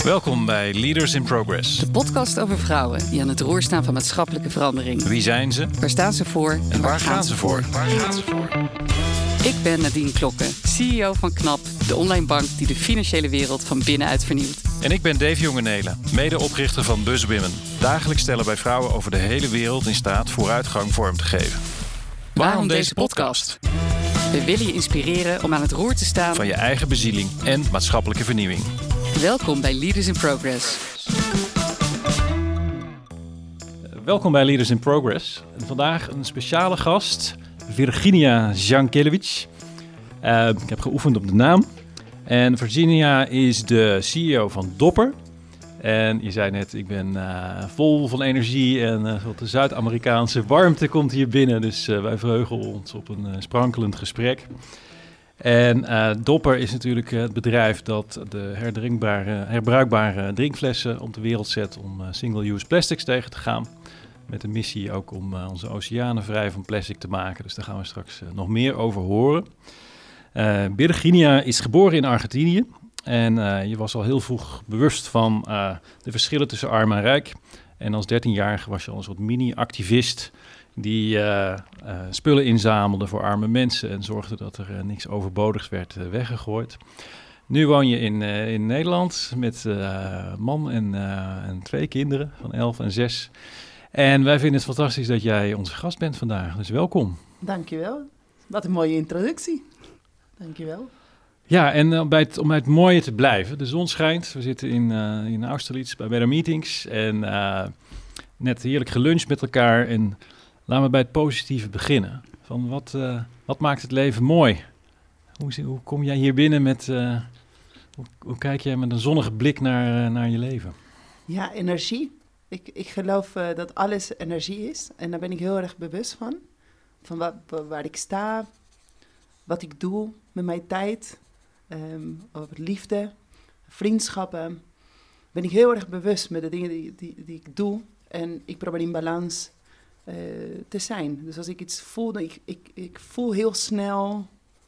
Welkom bij Leaders in Progress. De podcast over vrouwen die aan het roer staan van maatschappelijke verandering. Wie zijn ze? Waar staan ze voor? En waar gaan ze voor? Ik ben Nadine Klokken, CEO van KNAP, de online bank die de financiële wereld van binnenuit vernieuwt. En ik ben Dave Jongenelen, medeoprichter van BuzzWomen. Dagelijks stellen wij vrouwen over de hele wereld in staat vooruitgang vorm te geven. Waarom deze podcast? We willen je inspireren om aan het roer te staan Van je eigen bezieling en maatschappelijke vernieuwing. Welkom bij Leaders in Progress. Welkom bij Leaders in Progress. En vandaag een speciale gast, Virginia Jankelewicz. Ik heb geoefend op de naam. En Virginia is de CEO van Dopper. En je zei net, ik ben vol van energie en de Zuid-Amerikaanse warmte komt hier binnen. Dus wij verheugen ons op een sprankelend gesprek. En Dopper is natuurlijk het bedrijf dat de herbruikbare drinkflessen op de wereld zet om single-use plastics tegen te gaan. Met de missie ook om onze oceanen vrij van plastic te maken. Dus daar gaan we straks nog meer over horen. Virginia is geboren in Argentinië. En je was al heel vroeg bewust van de verschillen tussen arm en rijk. En als 13-jarige was je al een soort mini-activist die spullen inzamelde voor arme mensen en zorgde dat er niks overbodigs werd weggegooid. Nu woon je in Nederland met man en 2 kinderen van 11 en 6. En wij vinden het fantastisch dat jij onze gast bent vandaag, dus welkom. Dankjewel. Wat een mooie introductie. Dankjewel. Ja, en om bij het mooie te blijven. De zon schijnt. We zitten in Austerlitz bij Better Meetings. En net heerlijk geluncht met elkaar. En laten we bij het positieve beginnen. Van wat maakt het leven mooi? Hoe kom jij hier binnen met... Hoe kijk jij met een zonnige blik naar je leven? Ja, energie. Ik geloof dat alles energie is. En daar ben ik heel erg bewust van. Van waar ik sta. Wat ik doe met mijn tijd. Over liefde, vriendschappen, ben ik heel erg bewust met de dingen die ik doe. En ik probeer in balans te zijn. Dus als ik iets voel, dan ik voel heel snel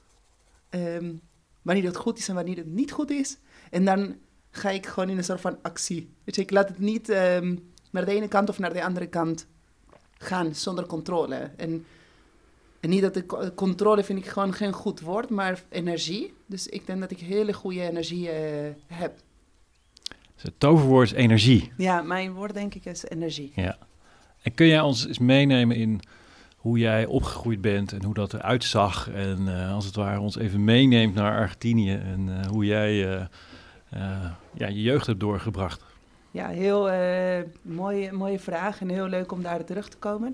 wanneer het goed is en wanneer het niet goed is. En dan ga ik gewoon in een soort van actie. Dus ik laat het niet naar de ene kant of naar de andere kant gaan zonder controle. En niet dat de controle vind ik gewoon geen goed woord, maar energie. Dus ik denk dat ik hele goede energie heb. Dus het toverwoord is energie. Ja, mijn woord denk ik is energie. Ja. En kun jij ons eens meenemen in hoe jij opgegroeid bent en hoe dat eruit zag? En als het ware ons even meeneemt naar Argentinië en hoe jij je jeugd hebt doorgebracht. Ja, heel mooie vraag en heel leuk om daar terug te komen.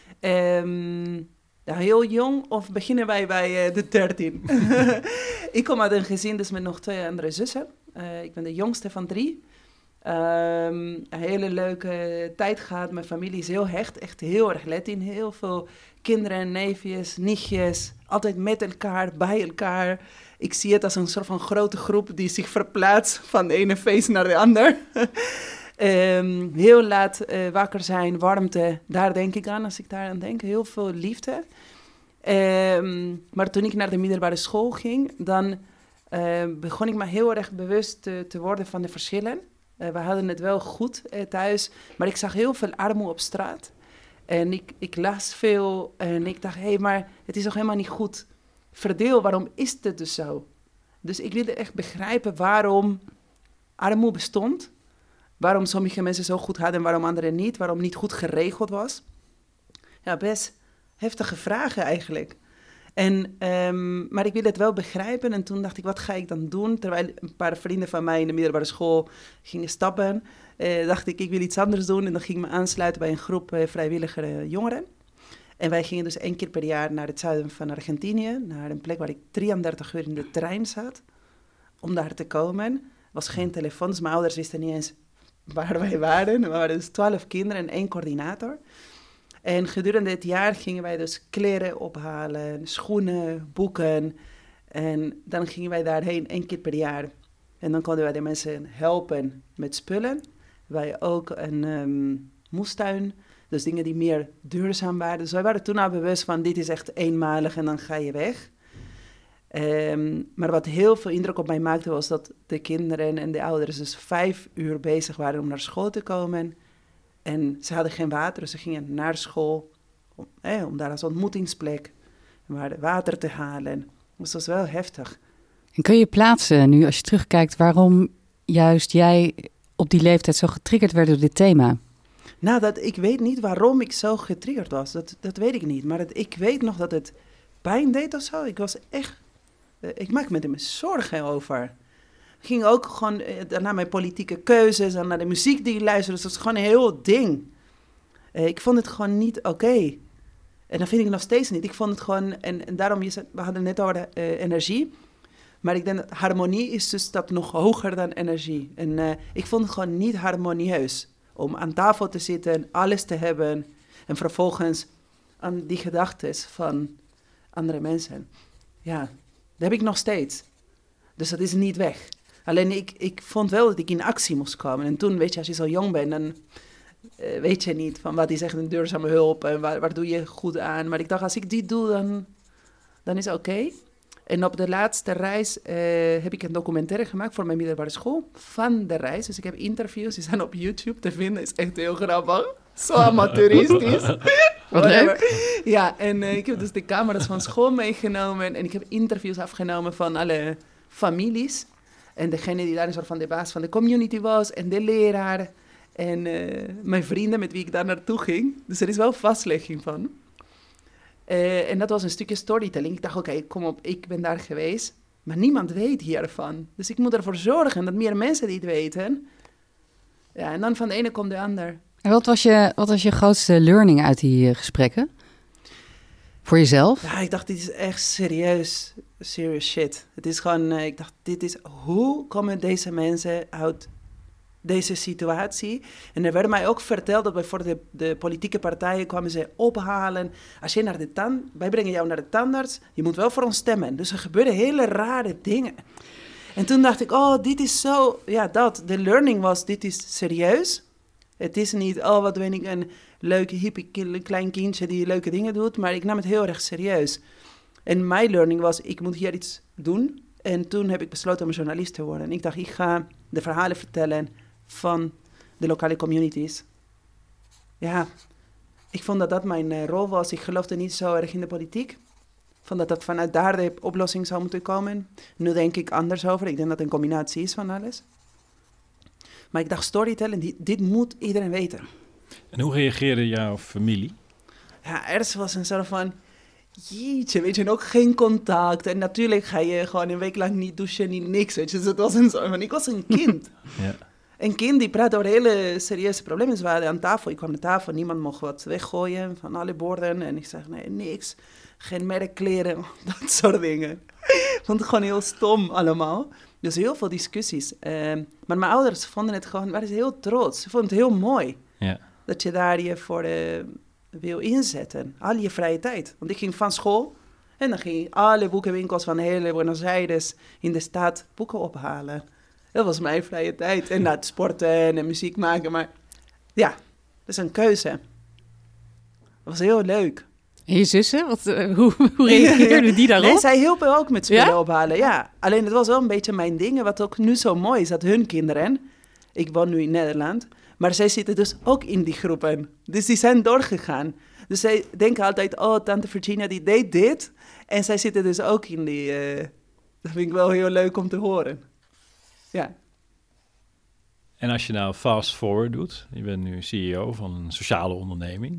Ja, heel jong, of beginnen wij bij de 13? Ik kom uit een gezin dus met nog 2 andere zussen. Ik ben de jongste van 3. Een hele leuke tijd gehad. Mijn familie is heel hecht, echt heel erg Latin. Heel veel kinderen, neefjes, nichtjes, altijd met elkaar, bij elkaar. Ik zie het als een soort van grote groep die zich verplaatst van de ene feest naar de ander. Heel laat wakker zijn, warmte, daar denk ik aan als ik daar aan denk. Heel veel liefde. Maar toen ik naar de middelbare school ging, dan begon ik me heel erg bewust te worden van de verschillen. We hadden het wel goed thuis, maar ik zag heel veel armoede op straat. En ik las veel en ik dacht, maar het is toch helemaal niet goed verdeel, waarom is het dus zo? Dus ik wilde echt begrijpen waarom armoede bestond. Waarom sommige mensen zo goed hadden en waarom anderen niet. Waarom niet goed geregeld was. Ja, best heftige vragen eigenlijk. Maar ik wilde het wel begrijpen. En toen dacht ik, wat ga ik dan doen? Terwijl een paar vrienden van mij in de middelbare school gingen stappen. Dacht ik wil iets anders doen. En dan ging ik me aansluiten bij een groep vrijwillige jongeren. En wij gingen dus 1 keer per jaar naar het zuiden van Argentinië. Naar een plek waar ik 33 uur in de trein zat. Om daar te komen. Er was geen telefoon, dus mijn ouders wisten niet eens waar wij waren. We waren dus 12 kinderen en 1 coördinator. En gedurende het jaar gingen wij dus kleren ophalen, schoenen, boeken. En dan gingen wij daarheen 1 keer per jaar. En dan konden wij de mensen helpen met spullen. Wij ook een moestuin, dus dingen die meer duurzaam waren. Dus wij waren toen al bewust van dit is echt eenmalig en dan ga je weg. Maar wat heel veel indruk op mij maakte was dat de kinderen en de ouders dus 5 uur bezig waren om naar school te komen. En ze hadden geen water, dus ze gingen naar school om daar als ontmoetingsplek water te halen. Dus dat was wel heftig. En kun je plaatsen nu, als je terugkijkt, waarom juist jij op die leeftijd zo getriggerd werd door dit thema? Nou, ik weet niet waarom ik zo getriggerd was. Dat weet ik niet. Maar ik weet nog dat het pijn deed of zo. Ik was echt... ik maak me er zorgen over. Ik ging ook gewoon naar mijn politieke keuzes en naar de muziek die ik luisterde. Dus dat was gewoon een heel ding. Ik vond het gewoon niet oké. En dat vind ik nog steeds niet. Ik vond het gewoon... En daarom, we hadden het net over energie. Maar ik denk dat harmonie is dus dat nog hoger dan energie. En ik vond het gewoon niet harmonieus om aan tafel te zitten, alles te hebben en vervolgens aan die gedachten van andere mensen. Ja, dat heb ik nog steeds. Dus dat is niet weg. Alleen ik vond wel dat ik in actie moest komen. En toen, weet je, als je zo jong bent, dan weet je niet van wat is echt een duurzame hulp en waar doe je goed aan. Maar ik dacht, als ik dit doe, dan is het oké. En op de laatste reis heb ik een documentaire gemaakt voor mijn middelbare school van de reis. Dus ik heb interviews, die zijn op YouTube te vinden. Is echt heel grappig. Zo amateuristisch. Wat leuk. Ja, en ik heb dus de camera's van school meegenomen. En ik heb interviews afgenomen van alle families. En degene die daar een soort van de baas van de community was. En de leraar. En mijn vrienden met wie ik daar naartoe ging. Dus er is wel vastlegging van. En dat was een stukje storytelling. Ik dacht, oké, kom op, ik ben daar geweest. Maar niemand weet hiervan. Dus ik moet ervoor zorgen dat meer mensen dit weten. Ja, en dan van de ene komt de ander. En wat was je grootste learning uit die gesprekken? Voor jezelf? Ja, ik dacht, dit is echt serious shit. Het is gewoon, ik dacht, hoe komen deze mensen uit deze situatie? En er werd mij ook verteld dat bijvoorbeeld de politieke partijen kwamen ze ophalen. Als je wij brengen jou naar de tandarts, je moet wel voor ons stemmen. Dus er gebeuren hele rare dingen. En toen dacht ik, dit is zo, de learning was, dit is serieus. Het is niet, wat ben ik een leuke hippie klein kindje die leuke dingen doet, maar ik nam het heel erg serieus. En mijn learning was, ik moet hier iets doen. En toen heb ik besloten om een journalist te worden. En ik dacht, ik ga de verhalen vertellen van de lokale communities. Ja, ik vond dat mijn rol was. Ik geloofde niet zo erg in de politiek. Ik vond dat vanuit daar de oplossing zou moeten komen. Nu denk ik anders over. Ik denk dat het een combinatie is van alles. Maar ik dacht, storytelling, dit moet iedereen weten. En hoe reageerde jouw familie? Ja, eerst was een soort van, jeetje, weet je, ook geen contact. En natuurlijk ga je gewoon een week lang niet douchen, niet niks, weet je. Dus het was een soort van, ik was een kind. Ja. Een kind die praat over hele serieuze problemen. Ze waren aan tafel, ik kwam aan tafel, niemand mocht wat weggooien van alle borden. En ik zeg, nee, niks, geen merkkleren, dat soort dingen. Ik vond het gewoon heel stom allemaal. Dus heel veel discussies. Maar mijn ouders vonden het gewoon, waren heel trots. Ze vonden het heel mooi. Ja. Dat je daar je voor wil inzetten. Al je vrije tijd. Want ik ging van school en dan ging ik alle boekenwinkels van hele Buenos Aires in de stad boeken ophalen. Dat was mijn vrije tijd. En het sporten en muziek maken. Maar ja, dat is een keuze. Dat was heel leuk. En je zussen? Hoe reageerden die daarop? Nee, zij hielpen ook met spullen ophalen, ja. Alleen het was wel een beetje mijn ding. Wat ook nu zo mooi is, dat hun kinderen... Ik woon nu in Nederland... Maar zij zitten dus ook in die groepen. Dus die zijn doorgegaan. Dus zij denken altijd, tante Virginia die deed dit. En zij zitten dus ook in die... dat vind ik wel heel leuk om te horen. Ja. En als je nou fast forward doet, je bent nu CEO van een sociale onderneming.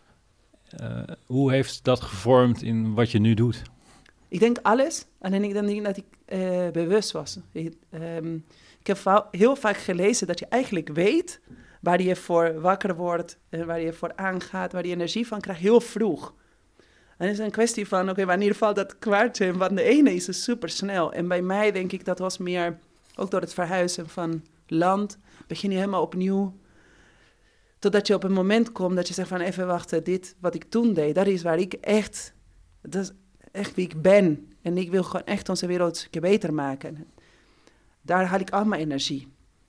Hoe heeft dat gevormd in wat je nu doet? Ik denk alles. Alleen ik denk dat ik bewust was. Ik heb heel vaak gelezen dat je eigenlijk weet waar je voor wakker wordt, waar je voor aangaat, waar je energie van krijgt, heel vroeg. En het is een kwestie van, wanneer valt dat kwartje? En van de ene is het supersnel. En bij mij denk ik, dat was meer, ook door het verhuizen van land, begin je helemaal opnieuw. Totdat je op een moment komt dat je zegt van, even wachten, dit wat ik toen deed, dat is waar ik echt, dat is echt wie ik ben. En ik wil gewoon echt onze wereld een keer beter maken. Daar haal ik al mijn energie.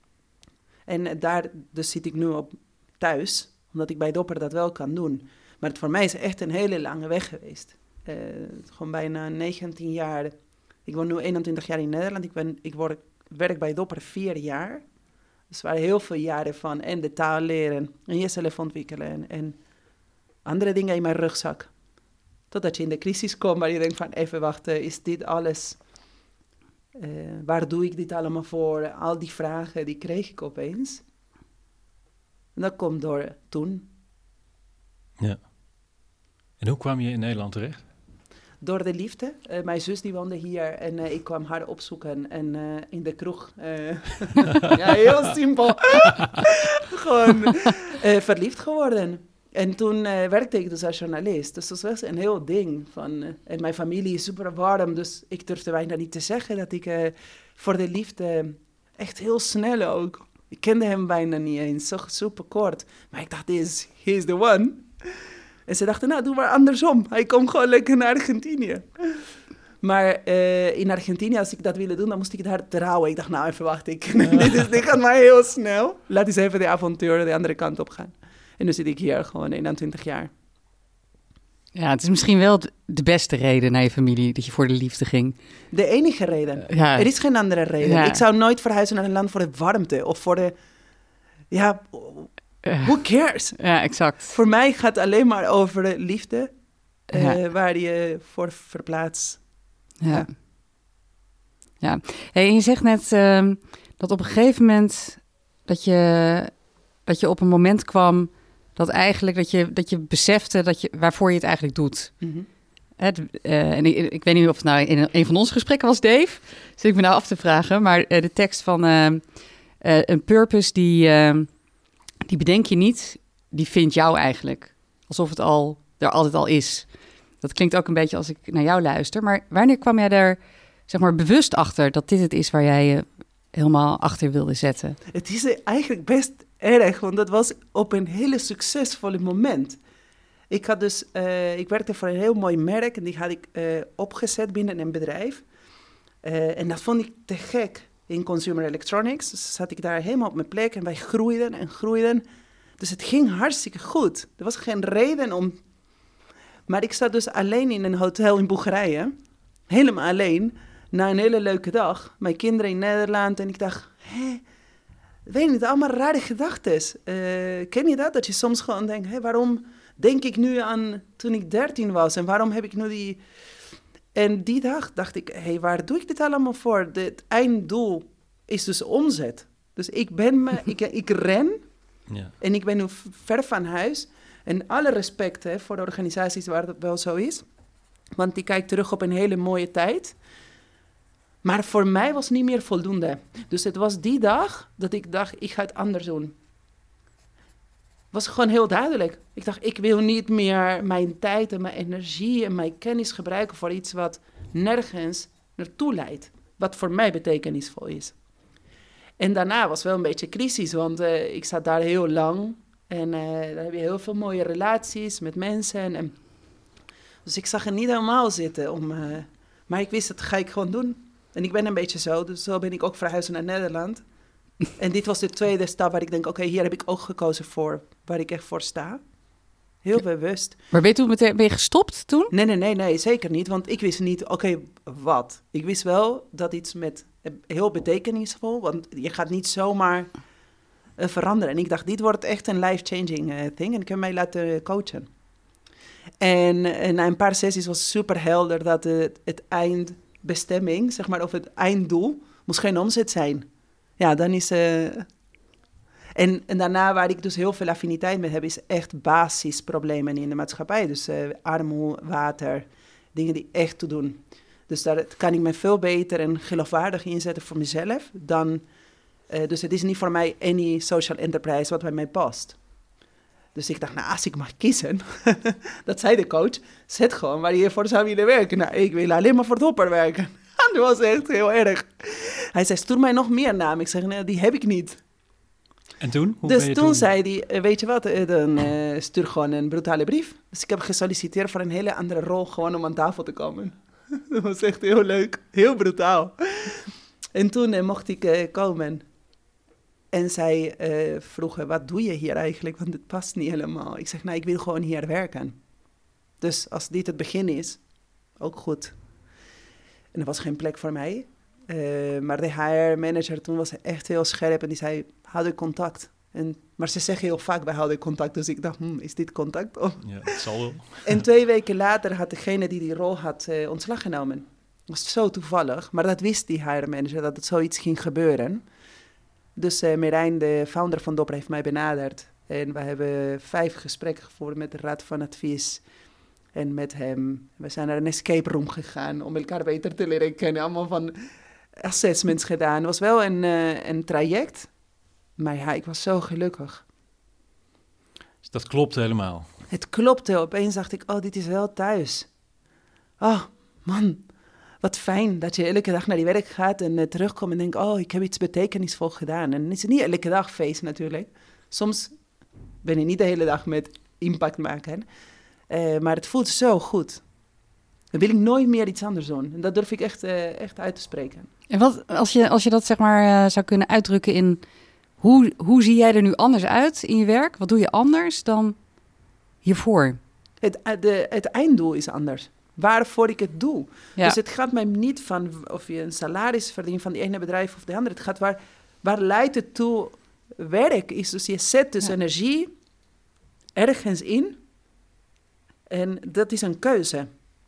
En daar dus zit ik nu op thuis, omdat ik bij Dopper dat wel kan doen. Maar het voor mij is echt een hele lange weg geweest. Gewoon bijna 19 jaar Ik woon nu 21 jaar in Nederland. Ik werk bij Dopper 4 jaar. Dus er waren heel veel jaren van en de taal leren en jezelf ontwikkelen en andere dingen in mijn rugzak. Totdat je in de crisis komt waar je denkt van even wachten, is dit alles? Waar doe ik dit allemaal voor? Al die vragen, die kreeg ik opeens. En dat komt door toen. Ja. En hoe kwam je in Nederland terecht? Door de liefde. Mijn zus die woonde hier en ik kwam haar opzoeken en in de kroeg. Ja, heel simpel. Gewoon verliefd geworden. En toen werkte ik dus als journalist. Dus dat was een heel ding. En mijn familie is super warm, dus ik durfde bijna niet te zeggen dat ik voor de liefde echt heel snel ook. Ik kende hem bijna niet eens, zo super kort. Maar ik dacht, he is the one. En ze dachten, nou, doe maar andersom. Hij komt gewoon lekker naar Argentinië. Maar in Argentinië, als ik dat wilde doen, dan moest ik daar trouwen. Ik dacht, nou, even wachten. Dit gaat maar heel snel. Laat eens even de avonturen de andere kant op gaan. En nu zit ik hier gewoon 21 jaar. Ja, het is misschien wel de beste reden naar je familie dat je voor de liefde ging. De enige reden. Ja. Er is geen andere reden. Ja. Ik zou nooit verhuizen naar een land voor de warmte of voor de... Ja, who cares? Ja, exact. Voor mij gaat het alleen maar over de liefde, Ja. waar je voor verplaatst. Ja. Ja. Hey, en je zegt net dat op een gegeven moment dat je op een moment kwam dat je besefte waarvoor je het eigenlijk doet. Mm-hmm. En ik weet niet of het nou in een van onze gesprekken was, Dave. Zit ik me nou af te vragen. Maar de tekst van een purpose die bedenk je niet, die vindt jou eigenlijk. Alsof het er altijd al is. Dat klinkt ook een beetje als ik naar jou luister. Maar wanneer kwam jij daar, zeg maar, bewust achter dat dit het is waar jij je helemaal achter wilde zetten? Het is eigenlijk best erg, want dat was op een hele succesvolle moment. Ik werkte voor een heel mooi merk en die had ik opgezet binnen een bedrijf. En dat vond ik te gek in consumer electronics. Dus zat ik daar helemaal op mijn plek en wij groeiden en groeiden. Dus het ging hartstikke goed. Er was geen reden om... Maar ik zat dus alleen in een hotel in Bulgarije, helemaal alleen, na een hele leuke dag. Mijn kinderen in Nederland en ik dacht, weet niet, allemaal rare gedachten. Ken je dat? Dat je soms gewoon denkt, waarom denk ik nu aan toen ik 13 was en waarom heb ik nu die... En die dag dacht ik, waar doe ik dit allemaal voor? Het einddoel is dus omzet. Dus ik ren en ik ben nu ver van huis. En alle respect voor de organisaties waar dat wel zo is. Want die kijkt terug op een hele mooie tijd. Maar voor mij was het niet meer voldoende. Dus het was die dag dat ik dacht, ik ga het anders doen. Het was gewoon heel duidelijk. Ik dacht, ik wil niet meer mijn tijd en mijn energie en mijn kennis gebruiken voor iets wat nergens naartoe leidt. Wat voor mij betekenisvol is. En daarna was wel een beetje crisis, want ik zat daar heel lang. En daar heb je heel veel mooie relaties met mensen. Dus ik zag er niet helemaal zitten. Maar ik wist, dat ga ik gewoon doen. En ik ben een beetje zo, dus zo ben ik ook verhuisd naar Nederland. En dit was de tweede stap waar ik denk, oké, hier heb ik ook gekozen voor waar ik echt voor sta. Heel bewust. Maar ben je gestopt toen? Nee, zeker niet. Want ik wist niet, oké, wat? Ik wist wel dat iets met heel betekenisvol, want je gaat niet zomaar veranderen. En ik dacht, dit wordt echt een life-changing thing en ik heb mij laten coachen. En na een paar sessies was super helder dat het eindbestemming, zeg maar, of het einddoel, moest geen omzet zijn. Ja, dan is... En daarna, waar ik dus heel veel affiniteit mee heb, is echt basisproblemen in de maatschappij. Dus armoede, water, dingen die echt te doen. Dus daar kan ik me veel beter en geloofwaardig inzetten voor mezelf dan... dus het is niet voor mij any social enterprise wat bij mij past. Dus ik dacht, als ik mag kiezen, dat zei de coach, zet gewoon waar je voor zou willen werken. Nou, ik wil alleen maar voor Dopper werken. Dat was echt heel erg. Hij zei, stuur mij nog meer namen. Ik zeg, nee, die heb ik niet. En toen? Dus toen zei hij, weet je wat, dan stuur gewoon een brutale brief. Dus ik heb gesolliciteerd voor een hele andere rol, gewoon om aan tafel te komen. Dat was echt heel leuk, heel brutaal. En toen mocht ik komen. En zij vroegen, wat doe je hier eigenlijk? Want het past niet helemaal. Ik zeg, ik wil gewoon hier werken. Dus als dit het begin is, ook goed. En er was geen plek voor mij. Maar de HR-manager toen was echt heel scherp en die zei, houd contact. Maar ze zeggen heel vaak, wij houden contact. Dus ik dacht, is dit contact? Oh. Ja, dat zal wel. En 2 weken later had degene die rol had ontslag genomen. Dat was zo toevallig. Maar dat wist die HR-manager, dat het zoiets ging gebeuren. Dus Merijn, de founder van Dopper, heeft mij benaderd. En we hebben 5 gesprekken gevoerd met de raad van advies. En met hem. We zijn naar een escape room gegaan om elkaar beter te leren kennen. Allemaal van assessments gedaan. Het was wel een traject. Maar ja, ik was zo gelukkig. Dus dat klopt helemaal. Het klopte. Opeens dacht ik, dit is wel thuis. Oh, man. Wat fijn dat je elke dag naar die werk gaat en terugkomt en denkt, ik heb iets betekenisvol gedaan. En het is niet elke dag feest natuurlijk. Soms ben je niet de hele dag met impact maken. Maar het voelt zo goed. Dan wil ik nooit meer iets anders doen. En dat durf ik echt uit te spreken. En wat, als je dat zeg maar zou kunnen uitdrukken in... Hoe zie jij er nu anders uit in je werk? Wat doe je anders dan hiervoor? Het einddoel is anders. Waarvoor ik het doe. Ja. Dus het gaat mij niet van of je een salaris verdient van die ene bedrijf of de andere. Het gaat waar leidt het toe werk is. Dus je zet dus energie ergens in. En dat is een keuze.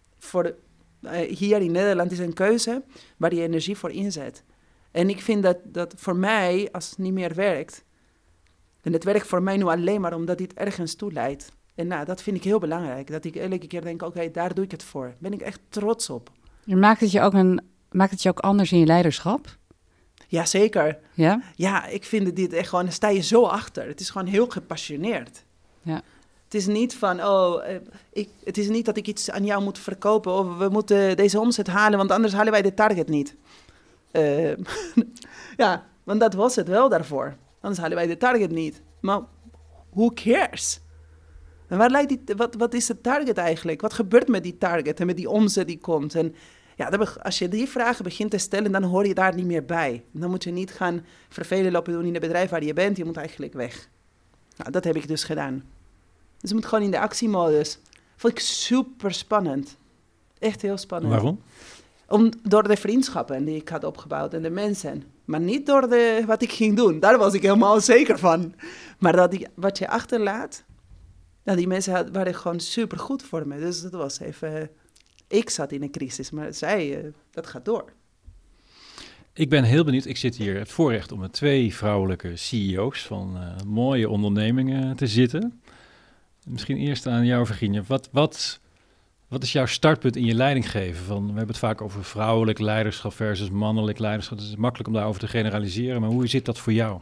Hier in Nederland is een keuze waar je energie voor inzet. En ik vind dat voor mij, als het niet meer werkt... en het werkt voor mij nu alleen maar omdat dit ergens toe leidt. En dat vind ik heel belangrijk. Dat ik elke keer denk, oké, daar doe ik het voor. Daar ben ik echt trots op. Maakt het je ook anders in je leiderschap? Jazeker. Ja? Ja, ik vind dit echt gewoon... daar sta je zo achter. Het is gewoon heel gepassioneerd. Ja. Het is niet van, het is niet dat ik iets aan jou moet verkopen... of we moeten deze omzet halen, want anders halen wij de target niet. Ja, want dat was het wel daarvoor. Anders halen wij de target niet. Maar who cares? En waar lijkt wat is de target eigenlijk? Wat gebeurt met die target en met die omzet die komt? En ja, als je die vragen begint te stellen, dan hoor je daar niet meer bij. Dan moet je niet gaan vervelen lopen doen in het bedrijf waar je bent. Je moet eigenlijk weg. Nou, dat heb ik dus gedaan. Dus je moet gewoon in de actiemodus. Vond ik super spannend. Echt heel spannend. Waarom? Door de vriendschappen die ik had opgebouwd en de mensen. Maar niet door wat ik ging doen. Daar was ik helemaal zeker van. Maar wat je achterlaat... die mensen waren gewoon super goed voor me. Dus dat was even... Ik zat in een crisis, maar dat gaat door. Ik ben heel benieuwd. Ik zit hier het voorrecht om met 2 vrouwelijke CEO's van mooie ondernemingen te zitten. Misschien eerst aan jou, Virginia. Wat is jouw startpunt in je leidinggeven? We hebben het vaak over vrouwelijk leiderschap versus mannelijk leiderschap. Het is makkelijk om daarover te generaliseren, maar hoe zit dat voor jou?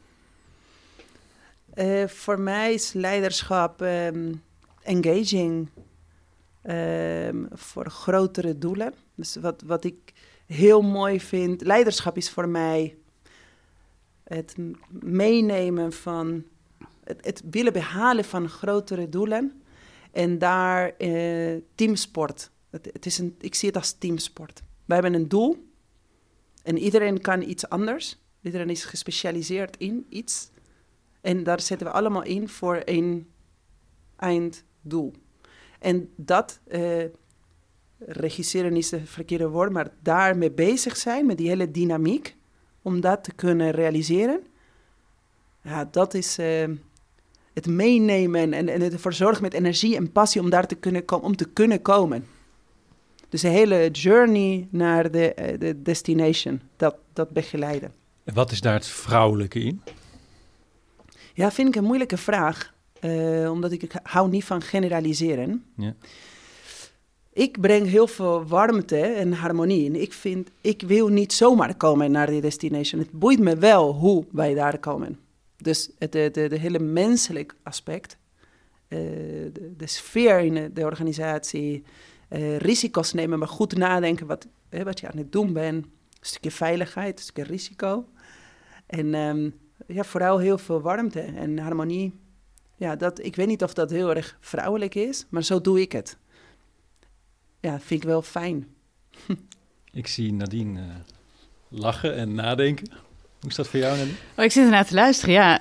Voor mij is leiderschap engaging voor grotere doelen. Dus wat ik heel mooi vind, leiderschap is voor mij het meenemen van, het willen behalen van grotere doelen. En daar teamsport. Ik zie het als teamsport. We hebben een doel en iedereen kan iets anders. Iedereen is gespecialiseerd in iets. En daar zetten we allemaal in voor een einddoel. En dat, regisseren is het verkeerde woord, maar daarmee bezig zijn, met die hele dynamiek, om dat te kunnen realiseren. Ja, dat is het meenemen en het ervoor zorgen met energie en passie om daar te kunnen komen. Dus de hele journey naar de destination, dat begeleiden. En wat is daar het vrouwelijke in? Ja, vind ik een moeilijke vraag. Omdat ik hou niet van generaliseren. Ja. Ik breng heel veel warmte en harmonie in. Ik wil niet zomaar komen naar die destination. Het boeit me wel hoe wij daar komen. Dus de hele menselijk aspect, de sfeer in de organisatie, risico's nemen, maar goed nadenken wat je aan het doen bent. Een stukje veiligheid, een stukje risico. En vooral heel veel warmte en harmonie. Ja, ik weet niet of dat heel erg vrouwelijk is, maar zo doe ik het. Ja, vind ik wel fijn. Ik zie Nadine lachen en nadenken. Hoe is dat voor jou, Nadine? Ik zit ernaar te luisteren, ja.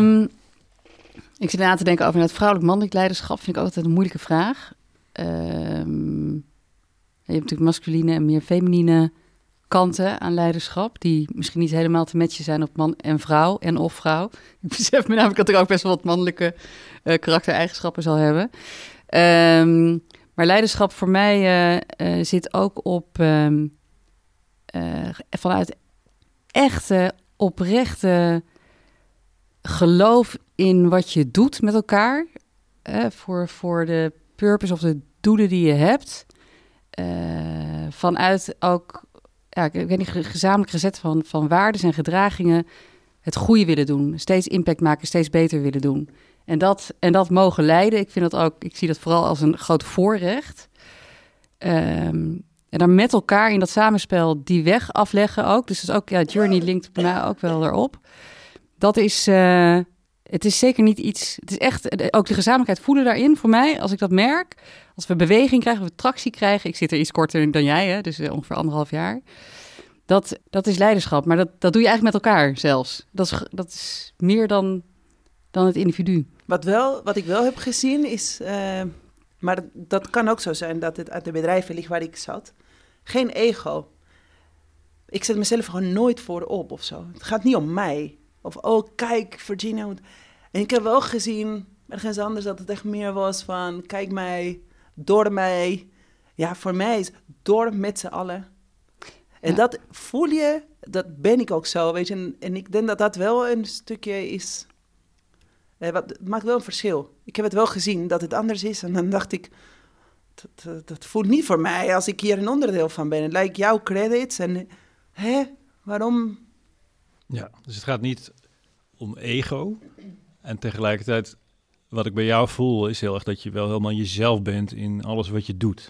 Ik zit na te denken over het vrouwelijk-mannelijk leiderschap. Vind ik altijd een moeilijke vraag. Je hebt natuurlijk masculine en meer feminine kanten aan leiderschap, die misschien niet helemaal te matchen zijn op man en vrouw en of vrouw. Ik besef me namelijk dat ik ook best wel wat mannelijke karaktereigenschappen zal hebben. Maar leiderschap voor mij zit ook op vanuit echte, oprechte geloof in wat je doet met elkaar. Voor de purpose of de doelen die je hebt. Vanuit ook, ik weet niet, gezamenlijk gezet van waarden en gedragingen. Het goede willen doen. Steeds impact maken, steeds beter willen doen. En dat mogen leiden. Ik vind dat ook, ik zie dat vooral als een groot voorrecht. En dan met elkaar in dat samenspel die weg afleggen ook. Dus dat is ook, Journey linkt bij mij ook wel erop. Dat is, het is zeker niet iets, het is echt, ook de gezamenlijkheid voelen daarin voor mij. Als ik dat merk, als we beweging krijgen, als we tractie krijgen. Ik zit er iets korter dan jij, hè, dus ongeveer 1,5 jaar. Dat is leiderschap, maar dat doe je eigenlijk met elkaar zelfs. Dat is meer dan het individu. Wat ik wel heb gezien is, maar dat kan ook zo zijn dat het uit de bedrijven ligt waar ik zat. Geen ego. Ik zet mezelf gewoon nooit voorop of zo. Het gaat niet om mij. Of, oh kijk, Virginia. En ik heb wel gezien, ergens anders, dat het echt meer was van, kijk mij, door mij. Ja, voor mij is door met z'n allen. En dat voel je, dat ben ik ook zo, weet je. En ik denk dat dat wel een stukje is. Het maakt wel een verschil. Ik heb het wel gezien dat het anders is. En dan dacht ik, dat voelt niet voor mij als ik hier een onderdeel van ben. Het lijkt jouw credits en, waarom? Ja, dus het gaat niet om ego. En tegelijkertijd, wat ik bij jou voel, is heel erg dat je wel helemaal jezelf bent in alles wat je doet.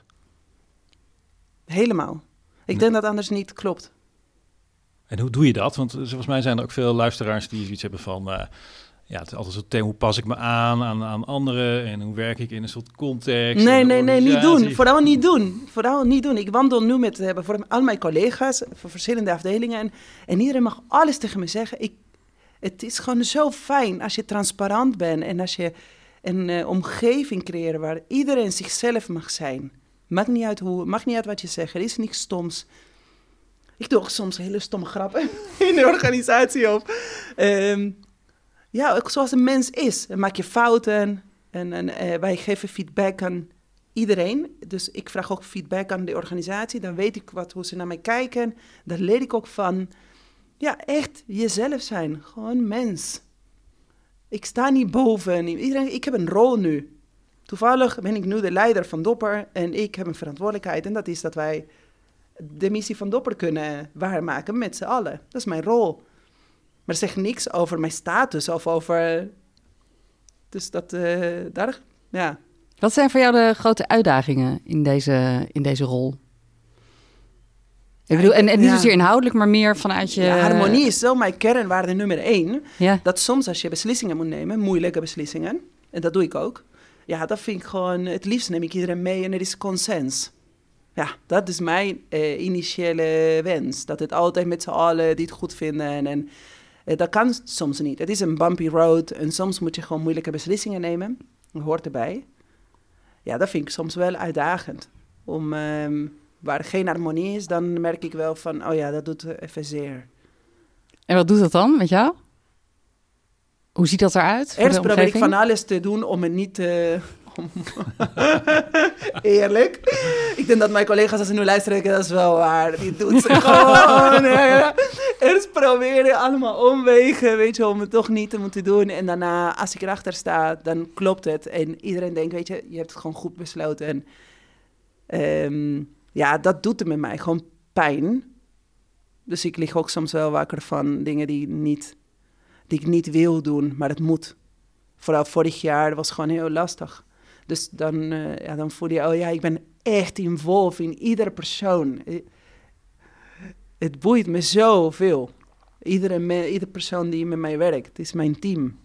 Helemaal. Ik denk dat anders niet klopt. En hoe doe je dat? Want volgens mij zijn er ook veel luisteraars die zoiets hebben van, het is altijd zo'n thema, hoe pas ik me aan anderen en hoe werk ik in een soort context? Nee, niet doen. Vooral niet doen. Ik wandel nu met voor al mijn collega's, voor verschillende afdelingen. En iedereen mag alles tegen me zeggen. Het is gewoon zo fijn als je transparant bent en als je een omgeving creëert waar iedereen zichzelf mag zijn. Maakt niet uit maakt niet uit wat je zegt. Er is niks stoms. Ik doe ook soms hele stomme grappen in de organisatie op. Ook zoals een mens is. Dan maak je fouten en wij geven feedback aan iedereen. Dus ik vraag ook feedback aan de organisatie. Dan weet ik hoe ze naar mij kijken. Daar leer ik ook van. Ja, echt jezelf zijn. Gewoon mens. Ik sta niet boven. Ik heb een rol nu. Toevallig ben ik nu de leider van Dopper en ik heb een verantwoordelijkheid. En dat is dat wij de missie van Dopper kunnen waarmaken met z'n allen. Dat is mijn rol. Maar het zegt niks over mijn status of over... Dus dat, ja. Wat zijn voor jou de grote uitdagingen in deze rol? Ik bedoel, en niet zozeer inhoudelijk, maar meer vanuit je... Ja, harmonie is zo mijn kernwaarde nummer 1. Ja. Dat soms als je beslissingen moet nemen, moeilijke beslissingen, en dat doe ik ook. Ja, dat vind ik gewoon, het liefst neem ik iedereen mee en er is consens. Ja, dat is mijn initiële wens. Dat het altijd met z'n allen die het goed vinden. En dat kan soms niet. Het is een bumpy road en soms moet je gewoon moeilijke beslissingen nemen. Dat hoort erbij. Ja, dat vind ik soms wel uitdagend. Waar geen harmonie is, dan merk ik wel van, dat doet even zeer. En wat doet dat dan met jou? Hoe ziet dat eruit? Eerst probeer ik van alles te doen om het niet te... Eerlijk. Ik denk dat mijn collega's, als ze nu luisteren, dat is wel waar. Die doet ze gewoon. Eerst proberen allemaal omwegen, weet je, om het toch niet te moeten doen. En daarna, als ik erachter sta, dan klopt het. En iedereen denkt, weet je, je hebt het gewoon goed besloten. En dat doet het met mij. Gewoon pijn. Dus ik lig ook soms wel wakker van dingen die ik niet wil doen, maar het moet. Vooral vorig jaar, dat was gewoon heel lastig. Dus dan voel je, ik ben echt involved in iedere persoon. Het boeit me zoveel. Iedere persoon die met mij werkt, het is mijn team.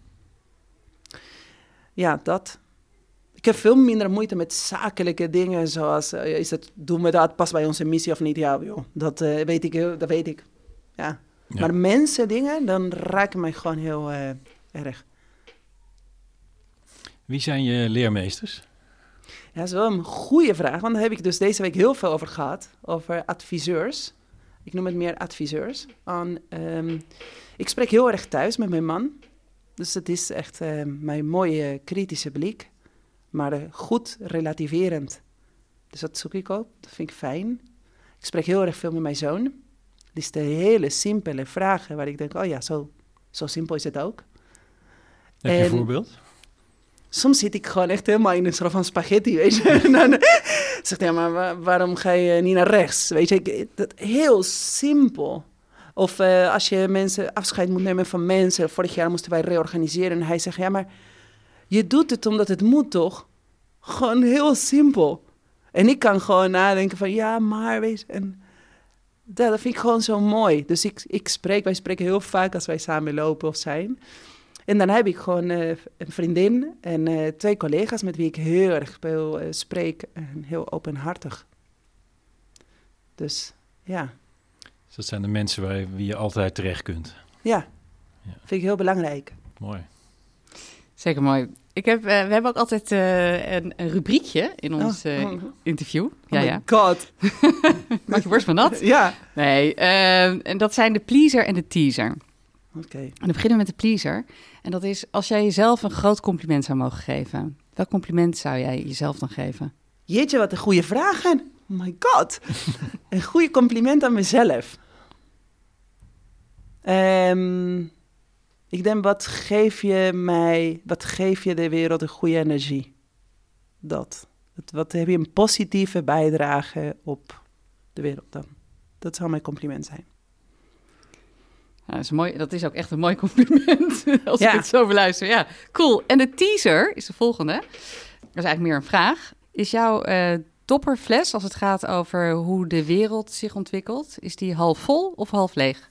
Ja, dat. Ik heb veel minder moeite met zakelijke dingen, zoals, doen we dat, past bij onze missie of niet? Ja, joh, dat weet ik. Ja. Ja. Maar mensen, dingen, dan raken mij gewoon heel erg. Wie zijn je leermeesters? Ja, dat is wel een goede vraag, want daar heb ik dus deze week heel veel over gehad, over adviseurs. Ik noem het meer adviseurs. Ik spreek heel erg thuis met mijn man, dus het is echt mijn mooie kritische blik, maar goed relativerend. Dus dat zoek ik ook, dat vind ik fijn. Ik spreek heel erg veel met mijn zoon. Die stelt hele simpele vragen waar ik denk, oh ja, zo simpel is het ook. Heb je een voorbeeld? Soms zit ik gewoon echt helemaal in een soort van spaghetti, weet je. En dan zegt hij, maar waarom ga je niet naar rechts? Weet je, dat heel simpel. Of als je afscheid moet nemen van mensen. Vorig jaar moesten wij reorganiseren. En hij zegt, ja, maar je doet het omdat het moet, toch? Gewoon heel simpel. En ik kan gewoon nadenken van, ja, maar, weet je. En dat vind ik gewoon zo mooi. Dus wij spreken heel vaak als wij samen lopen of zijn. En dan heb ik gewoon een vriendin en 2 collega's met wie ik heel erg veel spreek en heel openhartig. Dus ja. Dus dat zijn de mensen waar wie je altijd terecht kunt. Ja, vind ik heel belangrijk. Mooi. Zeker mooi. We hebben ook altijd een rubriekje in ons interview. Oh my god. Maak je borst van nat? Ja. Nee, en dat zijn de pleaser en de teaser. Oké. En dan beginnen we met de pleaser. En dat is, als jij jezelf een groot compliment zou mogen geven. Welk compliment zou jij jezelf dan geven? Jeetje, wat een goede vragen. Oh my god. Een goede compliment aan mezelf. Ik denk, wat geef je de wereld een goede energie? Wat heb je een positieve bijdrage op de wereld dan? Dat zou mijn compliment zijn. Ja, dat is mooi. Dat is ook echt een mooi compliment, als ik het zo beluister. Ja, cool. En de teaser is de volgende. Dat is eigenlijk meer een vraag. Is jouw topperfles, als het gaat over hoe de wereld zich ontwikkelt, is die half vol of half leeg?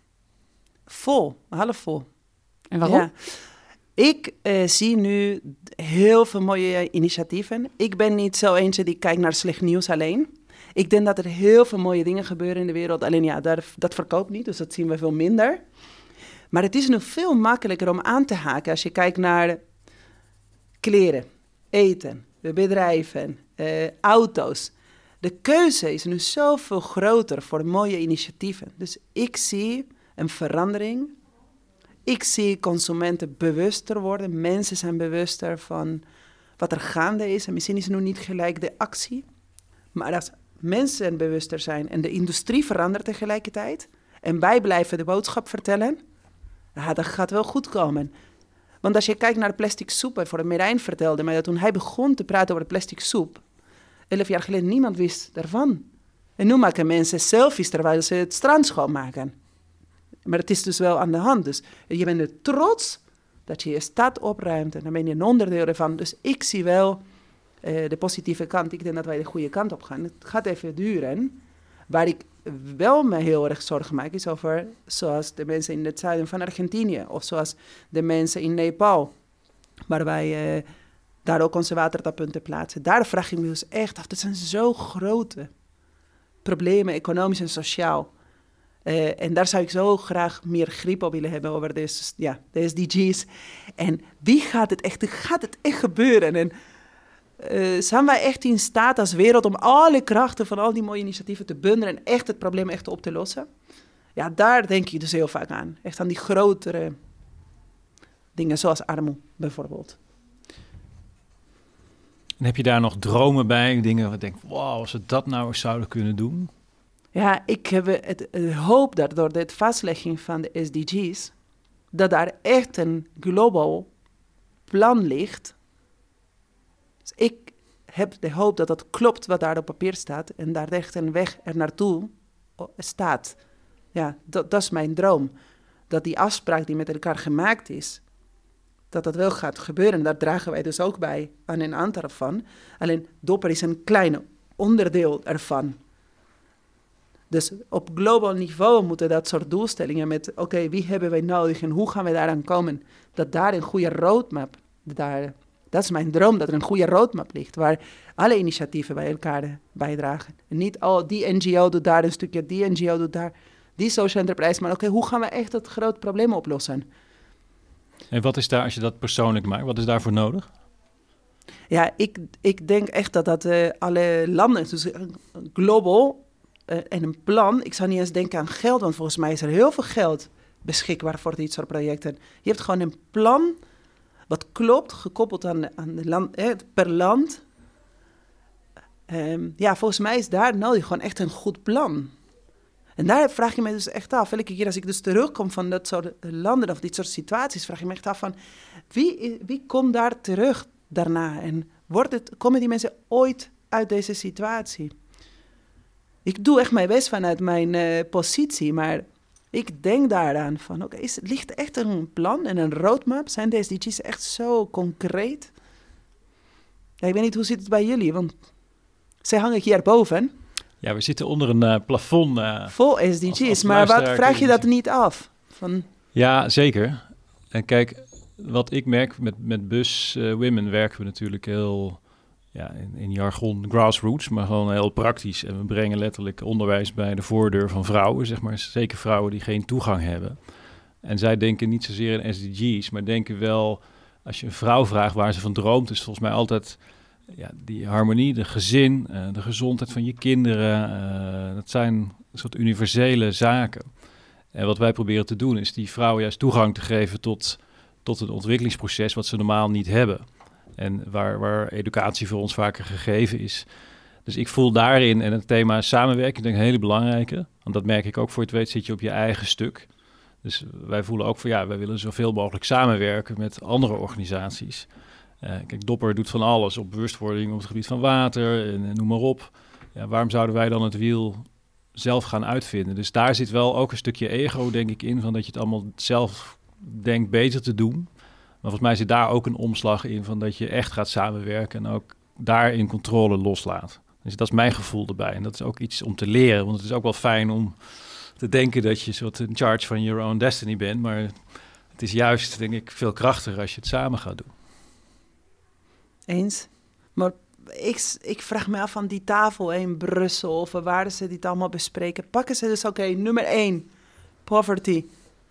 Vol, half vol. En waarom? Ja. Ik zie nu heel veel mooie initiatieven. Ik ben niet zo eentje die kijkt naar slecht nieuws alleen. Ik denk dat er heel veel mooie dingen gebeuren in de wereld. Alleen ja, dat verkoopt niet, dus dat zien we veel minder. Maar het is nu veel makkelijker om aan te haken als je kijkt naar kleren, eten, bedrijven, auto's. De keuze is nu zoveel groter voor mooie initiatieven. Dus ik zie een verandering. Ik zie consumenten bewuster worden. Mensen zijn bewuster van wat er gaande is. En misschien is het nu niet gelijk de actie. Maar als mensen bewuster zijn en de industrie verandert tegelijkertijd en wij blijven de boodschap vertellen, ja, dat gaat wel goed komen. Want als je kijkt naar de plastic soep, bijvoorbeeld Merijn vertelde mij dat toen hij begon te praten over de plastic soep, 11 jaar geleden niemand wist daarvan. En nu maken mensen selfies terwijl ze het strand schoonmaken. Maar het is dus wel aan de hand. Dus je bent er trots dat je je stad opruimt en dan ben je een onderdeel ervan. Dus ik zie wel de positieve kant. Ik denk dat wij de goede kant op gaan. Het gaat even duren. Waar ik wel me heel erg zorgen maak is over, zoals de mensen in het zuiden van Argentinië of zoals de mensen in Nepal, waar wij daar ook onze watertappunten plaatsen. Daar vraag ik me dus echt af. Dat zijn zo grote problemen, economisch en sociaal. En daar zou ik zo graag meer grip op willen hebben over de SDG's. En wie gaat het echt gebeuren? En zijn wij echt in staat als wereld om alle krachten van al die mooie initiatieven te bundelen en echt het probleem echt op te lossen? Ja, daar denk ik dus heel vaak aan. Echt aan die grotere dingen, zoals armoede bijvoorbeeld. En heb je daar nog dromen bij? Dingen waar je denkt, wauw, als we dat nou eens zouden kunnen doen? Ja, ik heb het hoop dat door de vastlegging van de SDG's, dat daar echt een global plan ligt. Dus ik heb de hoop dat dat klopt wat daar op papier staat en daar echt een weg er naartoe staat. Ja, dat is mijn droom. Dat die afspraak die met elkaar gemaakt is, dat dat wel gaat gebeuren. Daar dragen wij dus ook bij aan een aantal ervan. Alleen dopper is een klein onderdeel ervan. Dus op globaal niveau moeten dat soort doelstellingen met, oké, wie hebben wij nodig en hoe gaan we daaraan komen? Dat daar een goede roadmap, dat is mijn droom, dat er een goede roadmap ligt, waar alle initiatieven bij elkaar bijdragen. En niet, die NGO doet daar een stukje, die NGO doet daar, die social enterprise, maar oké, hoe gaan we echt dat groot probleem oplossen? En wat is daar, als je dat persoonlijk maakt, wat is daarvoor nodig? Ja, ik denk echt dat alle landen, dus global en een plan, ik zou niet eens denken aan geld, want volgens mij is er heel veel geld beschikbaar voor dit soort projecten. Je hebt gewoon een plan wat klopt, gekoppeld aan de land, per land. Volgens mij is daar nodig gewoon echt een goed plan. En daar vraag je me dus echt af, elke keer als ik dus terugkom van dat soort landen of dit soort situaties, vraag je me echt af van, wie komt daar terug daarna? En komen die mensen ooit uit deze situatie? Ik doe echt mijn best vanuit mijn positie, maar ik denk daaraan van, ligt echt een plan en een roadmap? Zijn de SDG's echt zo concreet? Ja, ik weet niet, hoe zit het bij jullie? Want zij hangen hierboven. Ja, we zitten onder een plafond. Vol SDG's, maar wat vraag je dat niet af? Ja, zeker. En kijk, wat ik merk met Bus Women werken we natuurlijk heel, in jargon grassroots, maar gewoon heel praktisch. En we brengen letterlijk onderwijs bij de voordeur van vrouwen, zeg maar. Zeker vrouwen die geen toegang hebben. En zij denken niet zozeer in SDG's, maar denken wel, als je een vrouw vraagt waar ze van droomt, is volgens mij altijd die harmonie, de gezin, de gezondheid van je kinderen. Dat zijn een soort universele zaken. En wat wij proberen te doen is die vrouwen juist toegang te geven tot een ontwikkelingsproces wat ze normaal niet hebben. En waar educatie voor ons vaker gegeven is. Dus ik voel daarin, en het thema samenwerking denk ik een hele belangrijke. Want dat merk ik ook, voor je het weet zit je op je eigen stuk. Dus wij voelen ook van wij willen zoveel mogelijk samenwerken met andere organisaties. Kijk, Dopper doet van alles op bewustwording op het gebied van water en noem maar op. Ja, waarom zouden wij dan het wiel zelf gaan uitvinden? Dus daar zit wel ook een stukje ego, denk ik, in, van dat je het allemaal zelf denkt beter te doen. Maar volgens mij zit daar ook een omslag in van dat je echt gaat samenwerken en ook daarin controle loslaat. Dus dat is mijn gevoel erbij. En dat is ook iets om te leren, want het is ook wel fijn om te denken dat je soort in charge van your own destiny bent. Maar het is juist, denk ik, veel krachtiger als je het samen gaat doen. Eens. Maar ik vraag me af van die tafel in Brussel, of waar ze dit allemaal bespreken. Pakken ze dus, nummer 1, poverty.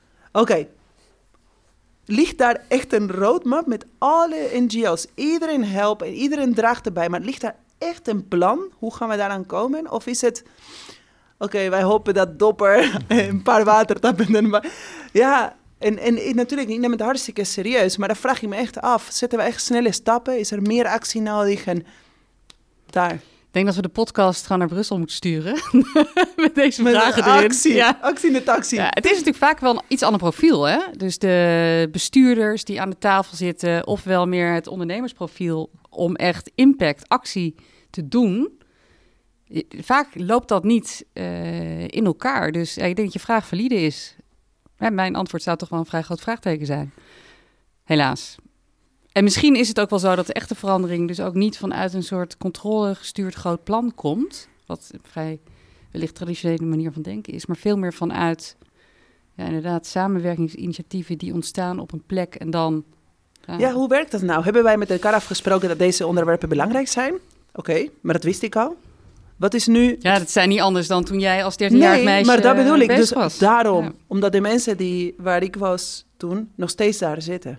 Ligt daar echt een roadmap met alle NGO's? Iedereen helpt en iedereen draagt erbij, maar ligt daar echt een plan? Hoe gaan we daaraan komen? Of is het, wij hopen dat Dopper een paar watertappen... En natuurlijk, ik neem het hartstikke serieus, maar dan vraag ik me echt af. Zetten we echt snelle stappen? Is er meer actie nodig? En daar. Ik denk dat we de podcast gewoon naar Brussel moeten sturen. Met deze vragen erin. Actie, actie in de taxi. Ja, het is natuurlijk vaak wel een iets ander profiel, hè? Dus de bestuurders die aan de tafel zitten, ofwel meer het ondernemersprofiel om echt impact, actie te doen. Vaak loopt dat niet in elkaar. Dus ik denk dat je vraag valide is. Mijn antwoord zou toch wel een vrij groot vraagteken zijn. Helaas. En misschien is het ook wel zo dat de echte verandering dus ook niet vanuit een soort controlegestuurd groot plan komt. Wat een vrij wellicht traditionele manier van denken is. Maar veel meer vanuit, inderdaad, samenwerkingsinitiatieven die ontstaan op een plek en dan... hoe werkt dat nou? Hebben wij met elkaar afgesproken dat deze onderwerpen belangrijk zijn? Oké, maar dat wist ik al. Wat is nu... Ja, dat zijn niet anders dan toen jij als 13-jarig meisje maar dat bedoel ik. Dus was. Daarom. Ja. Omdat de mensen waar ik was toen nog steeds daar zitten.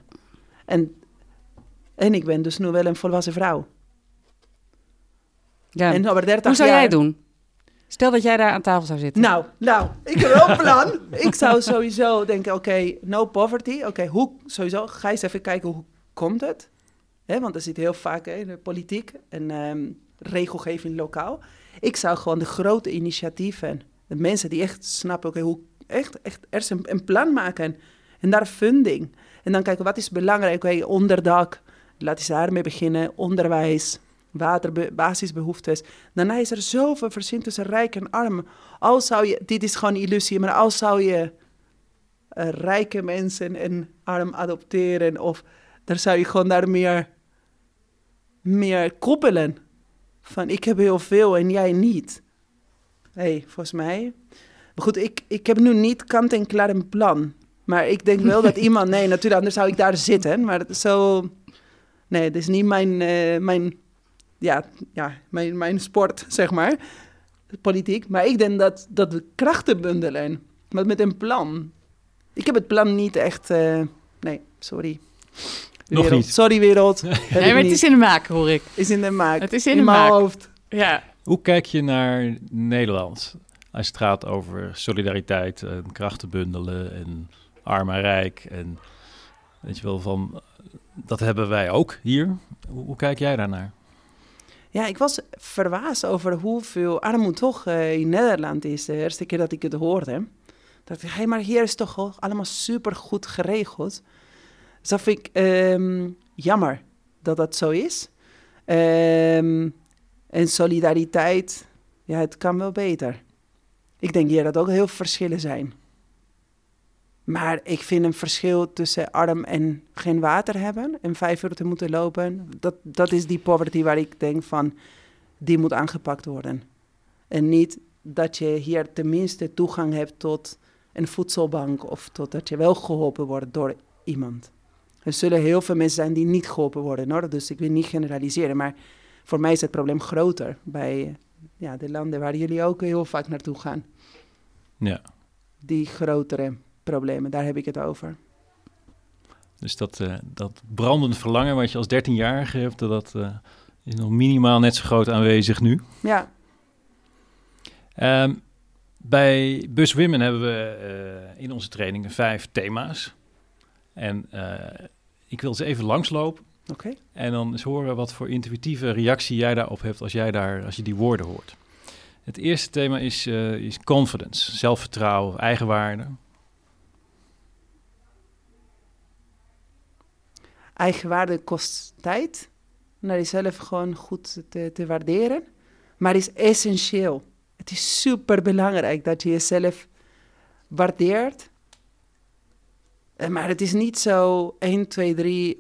En ik ben dus nu wel een volwassen vrouw. Ja. En over 30 Hoe zou jij het doen? Stel dat jij daar aan tafel zou zitten. Nou, ik heb wel een plan. Ik zou sowieso denken, no poverty. Sowieso ga eens even kijken hoe komt het. Want er zit heel vaak in de politiek en regelgeving lokaal. Ik zou gewoon de grote initiatieven, de mensen die echt snappen, hoe echt eerst een plan maken en daar funding. En dan kijken, wat is belangrijk? Onderdak, laten ze daarmee beginnen, onderwijs, water, basisbehoeftes. Daarna is er zoveel verschil tussen rijk en arm. Dit is gewoon illusie, maar als zou je rijke mensen en arm adopteren, of daar zou je gewoon daar meer koppelen. Van, ik heb heel veel en jij niet. Volgens mij... Maar goed, ik heb nu niet kant-en-klaar een plan. Maar ik denk wel dat iemand... Nee, natuurlijk, anders zou ik daar zitten. Maar zo... Nee, het is niet mijn sport, zeg maar. Politiek. Maar ik denk dat we krachten bundelen. Maar met een plan. Ik heb het plan niet echt... nee, sorry. Nog niet. Sorry wereld. Nee, maar het is in de maak, hoor ik. Is in de maak. Het is in de mijn maak. hoofd. Ja. Hoe kijk je naar Nederland als het gaat over solidariteit en krachten bundelen en arm en rijk? En weet je wel, dat hebben wij ook hier. Hoe kijk jij daarnaar? Ja, ik was verbaasd over hoeveel armoede toch in Nederland is. De eerste keer dat ik het hoorde. Dacht ik, hey, maar hier is toch allemaal super goed geregeld. Dus dat vind ik jammer dat dat zo is. En solidariteit, ja, het kan wel beter. Ik denk hier dat ook heel veel verschillen zijn. Maar ik vind een verschil tussen arm en geen water hebben en 5 uur te moeten lopen, dat is die poverty waar ik denk van, die moet aangepakt worden. En niet dat je hier tenminste toegang hebt tot een voedselbank of totdat je wel geholpen wordt door iemand. Er zullen heel veel mensen zijn die niet geholpen worden, hoor. Dus ik wil niet generaliseren, maar voor mij is het probleem groter bij de landen waar jullie ook heel vaak naartoe gaan. Ja. Die grotere problemen, daar heb ik het over. Dus dat brandende verlangen wat je als 13-jarige hebt, dat is nog minimaal net zo groot aanwezig nu. Ja. Bij Bus Women hebben we in onze trainingen 5 thema's. En ik wil ze even langslopen. Oké. En dan eens horen wat voor intuïtieve reactie jij daarop hebt als je die woorden hoort. Het eerste thema is confidence, zelfvertrouwen, eigenwaarde. Eigenwaarde kost tijd. Naar jezelf gewoon goed te waarderen. Maar is essentieel. Het is super belangrijk dat je jezelf waardeert. Maar het is niet zo 1, 2, 3,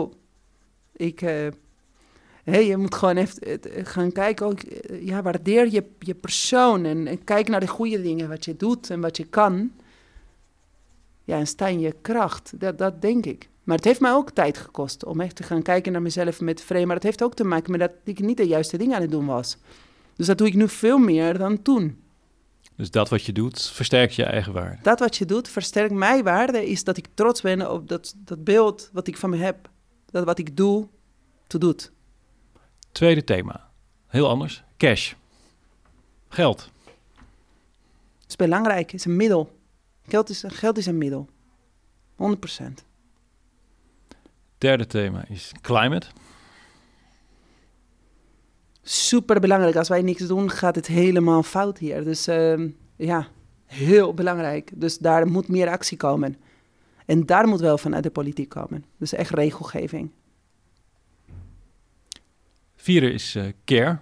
je moet gewoon even gaan kijken. Ook, waardeer je persoon en kijk naar de goede dingen, wat je doet en wat je kan. Ja, en sta in je kracht, dat denk ik. Maar het heeft mij ook tijd gekost om echt te gaan kijken naar mezelf met vrede. Maar het heeft ook te maken met dat ik niet de juiste dingen aan het doen was. Dus dat doe ik nu veel meer dan toen. Dus dat wat je doet, versterkt je eigen waarde. Dat wat je doet, versterkt mijn waarde, is dat ik trots ben op dat beeld wat ik van me heb. Dat wat ik doe, doet. Tweede thema, heel anders, cash. Geld. Het is belangrijk, het is een middel. Geld is een middel. 100%. Derde thema is climate. Super belangrijk. Als wij niks doen, gaat het helemaal fout hier. Dus heel belangrijk. Dus daar moet meer actie komen. En daar moet wel vanuit de politiek komen. Dus echt regelgeving. Vierde is care.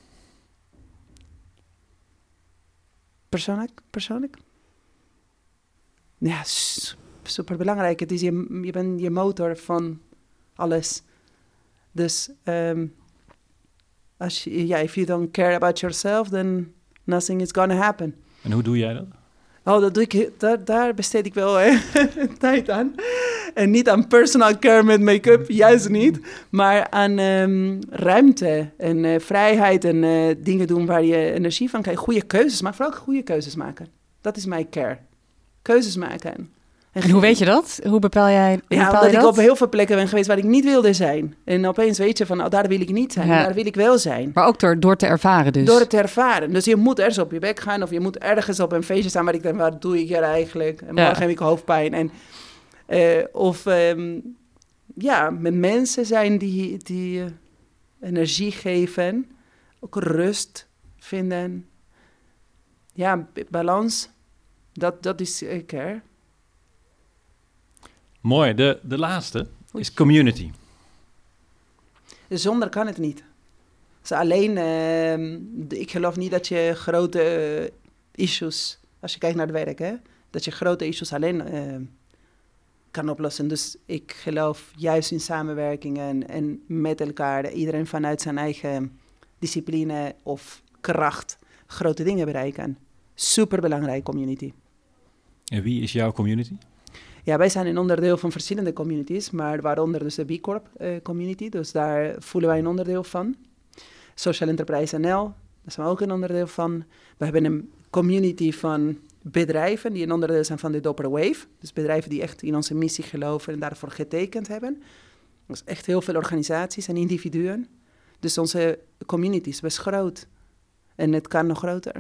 Persoonlijk? Ja, super belangrijk. Het is je bent je van alles. Dus if you don't care about yourself, then nothing is gonna happen. En hoe doe jij dat? Dat doe ik, daar besteed ik wel tijd aan. En niet aan personal care met make-up, juist niet. Maar aan ruimte en vrijheid en dingen doen waar je energie van krijgt. Goede keuzes, maar vooral goede keuzes maken. Dat is mijn care. Keuzes maken. En hoe weet je dat? Hoe bepaal jij omdat ik op heel veel plekken ben geweest waar ik niet wilde zijn. En opeens weet je van, daar wil ik niet zijn, daar wil ik wel zijn. Maar ook door te ervaren dus. Door het te ervaren. Dus je moet ergens op je bek gaan of je moet ergens op een feestje staan waar ik denk, wat doe ik hier eigenlijk? En morgen heb ik hoofdpijn. En, met mensen zijn die energie geven, ook rust vinden. Ja, balans, dat is care. Mooi. De laatste is community. Zonder kan het niet. Dus alleen, ik geloof niet dat je grote issues, als je kijkt naar het werk, dat je grote issues alleen kan oplossen. Dus ik geloof juist in samenwerkingen en met elkaar, iedereen vanuit zijn eigen discipline of kracht grote dingen bereiken. Superbelangrijk community. En wie is jouw community? Ja, wij zijn een onderdeel van verschillende communities, maar waaronder dus de B Corp community. Dus daar voelen wij een onderdeel van. Social Enterprise NL, daar zijn we ook een onderdeel van. We hebben een community van bedrijven die een onderdeel zijn van de Doppler Wave. Dus bedrijven die echt in onze missie geloven en daarvoor getekend hebben. Dat is echt heel veel organisaties en individuen. Dus onze community is best groot. En het kan nog groter.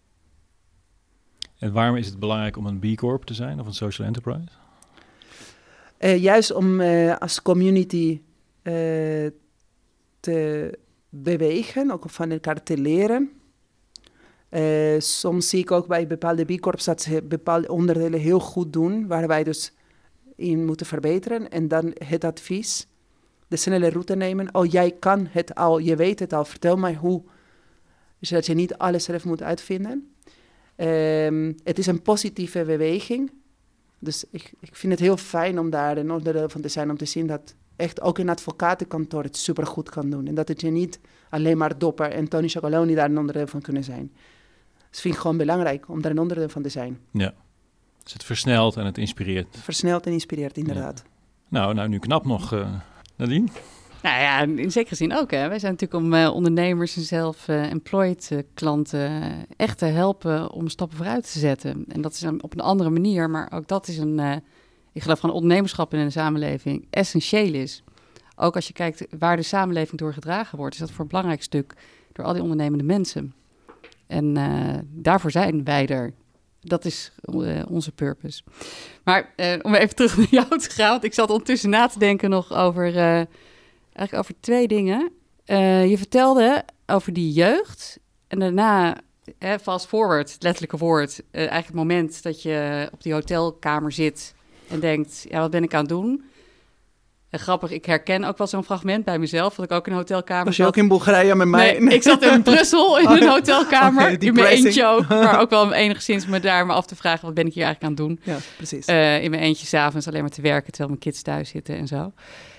En waarom is het belangrijk om een B Corp te zijn of een social enterprise? Juist om als community te bewegen, ook van elkaar te leren. Soms zie ik ook bij bepaalde B Corps dat ze bepaalde onderdelen heel goed doen, waar wij dus in moeten verbeteren. En dan het advies, de snelle route nemen. Oh, jij kan het al, je weet het al, vertel mij hoe. Zodat je niet alles zelf moet uitvinden. Het is een positieve beweging. Dus ik vind het heel fijn om daar een onderdeel van te zijn, om te zien dat echt ook een advocatenkantoor het supergoed kan doen. En dat het je niet alleen maar Dopper en Tony Chocoloni daar een onderdeel van kunnen zijn. Dus vind ik gewoon belangrijk om daar een onderdeel van te zijn. Ja, dus het versnelt en het inspireert. Versnelt en inspireert, inderdaad. Ja. Nou, nu knap nog, Nadine. Nou ja, in zekere zin ook. Hè. Wij zijn natuurlijk om ondernemers en zelf-employed klanten echt te helpen om stappen vooruit te zetten. En dat is op een andere manier, maar ook dat is ik geloof gewoon ondernemerschap in de samenleving essentieel is. Ook als je kijkt waar de samenleving door gedragen wordt, is dat voor een belangrijk stuk door al die ondernemende mensen. En daarvoor zijn wij er. Dat is onze purpose. Maar om even terug naar jou te gaan, want ik zat ondertussen na te denken nog over twee dingen. Je vertelde over die jeugd en daarna, fast forward, het letterlijke woord, eigenlijk het moment dat je op die hotelkamer zit en denkt, ja, wat ben ik aan het doen? En grappig, ik herken ook wel zo'n fragment bij mezelf, dat ik ook in een hotelkamer Was je ook in Bulgarije met mij? Nee, ik zat in Brussel in een hotelkamer, Okay, in mijn eentje ook, maar ook wel enigszins me af te vragen, wat ben ik hier eigenlijk aan het doen? Ja, precies. In mijn eentje 's avonds alleen maar te werken, terwijl mijn kids thuis zitten en zo.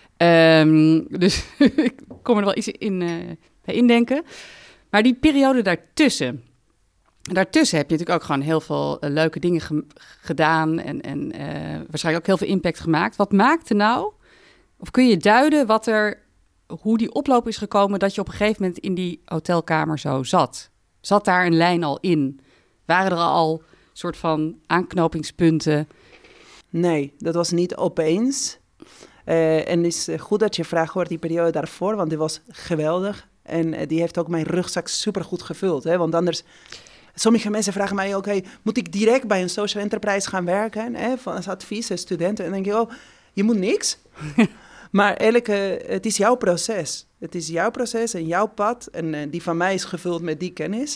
Dus ik kom er wel iets bij indenken. Maar die periode daartussen heb je natuurlijk ook gewoon heel veel leuke dingen gedaan en waarschijnlijk ook heel veel impact gemaakt. Wat maakte nou, of kun je duiden hoe die oploop is gekomen dat je op een gegeven moment in die hotelkamer zo zat? Zat daar een lijn al in? Waren er al soort van aanknopingspunten? Nee, dat was niet opeens. En het is goed dat je vraagt over die periode daarvoor, want die was geweldig. En die heeft ook mijn rugzak supergoed gevuld. Hè? Want anders, sommige mensen vragen mij ook, moet ik direct bij een social enterprise gaan werken? Hè? Als advies, studenten. En dan denk je, je moet niks. Maar eigenlijk, het is jouw proces. Het is jouw proces en jouw pad. En die van mij is gevuld met die kennis.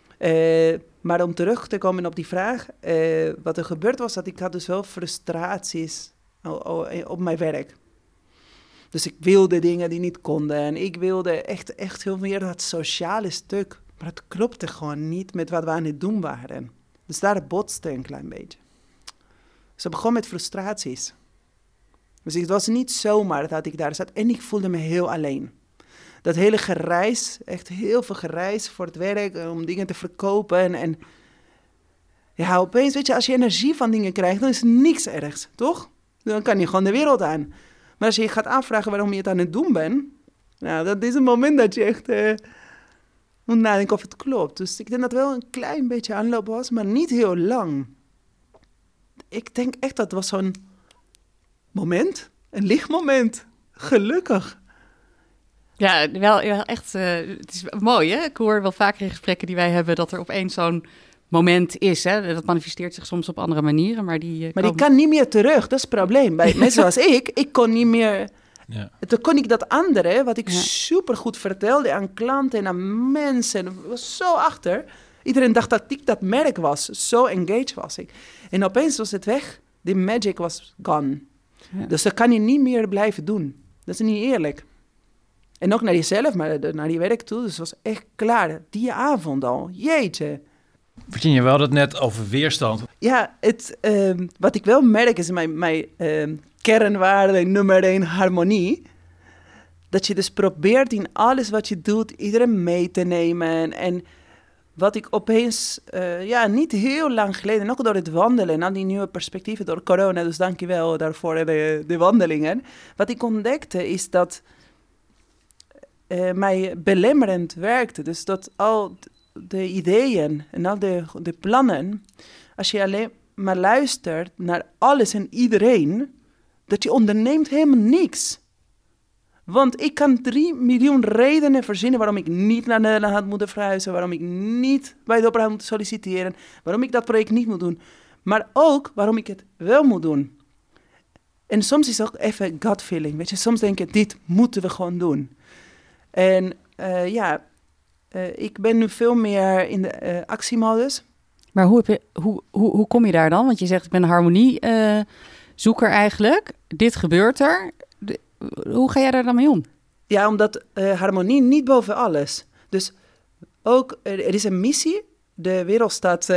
Maar om terug te komen op die vraag, wat er gebeurd was, dat ik had dus wel frustraties op mijn werk. Dus ik wilde dingen die niet konden. En ik wilde echt heel meer dat sociale stuk. Maar het klopte gewoon niet met wat we aan het doen waren. Dus daar botste een klein beetje. Dus ik begon met frustraties. Dus het was niet zomaar dat ik daar zat. En ik voelde me heel alleen. Dat hele gereis, echt heel veel gereis voor het werk, om dingen te verkopen. En ja, opeens, weet je, als je energie van dingen krijgt, dan is niks ergs, toch? Dan kan je gewoon de wereld aan. Maar als je gaat aanvragen waarom je het aan het doen bent, nou, dat is een moment dat je echt moet nadenken of het klopt. Dus ik denk dat het wel een klein beetje aanloop was, maar niet heel lang. Ik denk echt dat het was zo'n moment, een lichtmoment. Gelukkig. Ja, wel echt, het is mooi hè. Ik hoor wel vaker in gesprekken die wij hebben dat er opeens zo'n moment is. Hè? Dat manifesteert zich soms op andere manieren, maar die kan niet meer terug, dat is het probleem. Bij mensen zoals ik kon niet meer. Ja. Toen kon ik dat andere, wat ik supergoed vertelde aan klanten en aan mensen, ik was zo achter. Iedereen dacht dat ik dat merk was. Zo engaged was ik. En opeens was het weg. Die magic was gone. Ja. Dus dat kan je niet meer blijven doen. Dat is niet eerlijk. En ook naar jezelf, maar naar je werk toe. Dus het was echt klaar. Die avond al. Jeetje. Virginia, we hadden het net over weerstand. Ja, wat ik wel merk is mijn kernwaarde nummer 1 harmonie. Dat je dus probeert in alles wat je doet iedereen mee te nemen. En wat ik opeens, niet heel lang geleden, ook door het wandelen en al die nieuwe perspectieven door corona, dus dank je wel daarvoor de wandelingen. Wat ik ontdekte is dat mij belemmerend werkte. Dus dat al de ideeën en al de plannen, als je alleen maar luistert naar alles en iedereen, dat je onderneemt helemaal niks. Want ik kan 3 miljoen redenen verzinnen waarom ik niet naar Nederland had moeten verhuizen, waarom ik niet bij de opera had moeten solliciteren, waarom ik dat project niet moet doen, maar ook waarom ik het wel moet doen. En soms is het ook even gut feeling, weet je. Soms denk je, dit moeten we gewoon doen. En ik ben nu veel meer in de actiemodus. Maar hoe kom je daar dan? Want je zegt, ik ben een harmoniezoeker eigenlijk. Dit gebeurt er. Hoe ga jij daar dan mee om? Ja, omdat harmonie niet boven alles. Dus ook, er is een missie. De wereld staat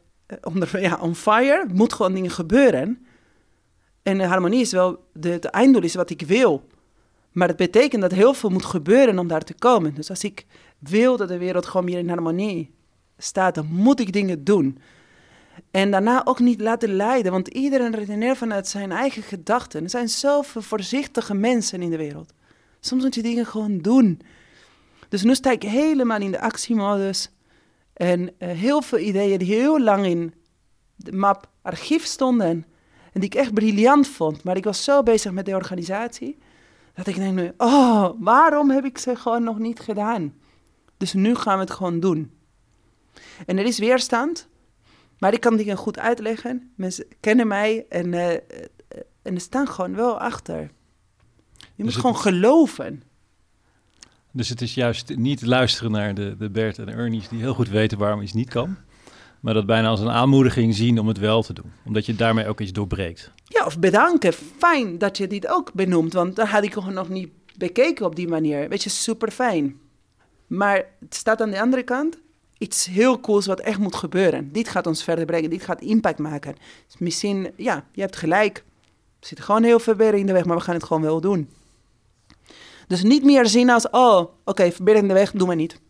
on fire. Er moet gewoon dingen gebeuren. En harmonie is wel, het einddoel is wat ik wil. Maar dat betekent dat heel veel moet gebeuren om daar te komen. Dus als ik wil dat de wereld gewoon meer in harmonie staat, dan moet ik dingen doen. En daarna ook niet laten leiden, want iedereen redeneert vanuit zijn eigen gedachten. Er zijn zoveel voorzichtige mensen in de wereld. Soms moet je dingen gewoon doen. Dus nu sta ik helemaal in de actiemodus. En heel veel ideeën die heel lang in de map archief stonden en die ik echt briljant vond. Maar ik was zo bezig met de organisatie, dat ik denk nu, waarom heb ik ze gewoon nog niet gedaan? Dus nu gaan we het gewoon doen. En er is weerstand, maar ik kan dingen goed uitleggen. Mensen kennen mij en er staan gewoon wel achter. Je moet gewoon geloven. Dus het is juist niet luisteren naar de Bert en Ernie's die heel goed weten waarom iets niet kan. Maar dat bijna als een aanmoediging zien om het wel te doen. Omdat je daarmee ook iets doorbreekt. Ja, of bedanken. Fijn dat je dit ook benoemt. Want dat had ik gewoon nog niet bekeken op die manier. Weet je, super fijn. Maar het staat aan de andere kant iets heel cools wat echt moet gebeuren. Dit gaat ons verder brengen. Dit gaat impact maken. Dus misschien, ja, je hebt gelijk. Er zitten gewoon heel veel bergen in de weg, maar we gaan het gewoon wel doen. Dus niet meer zien als, oké, bergen in de weg, doen we niet.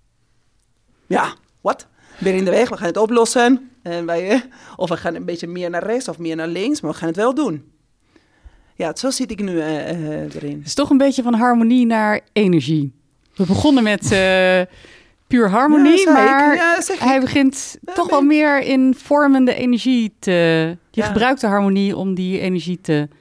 Ja, wat? Bergen in de weg, we gaan het oplossen. Of we gaan een beetje meer naar rechts of meer naar links, maar we gaan het wel doen. Ja, zo zit ik nu erin. Het is toch een beetje van harmonie naar energie. We begonnen met puur harmonie, maar hij begint toch wel meer in vormende energie te... Je gebruikt de harmonie om die energie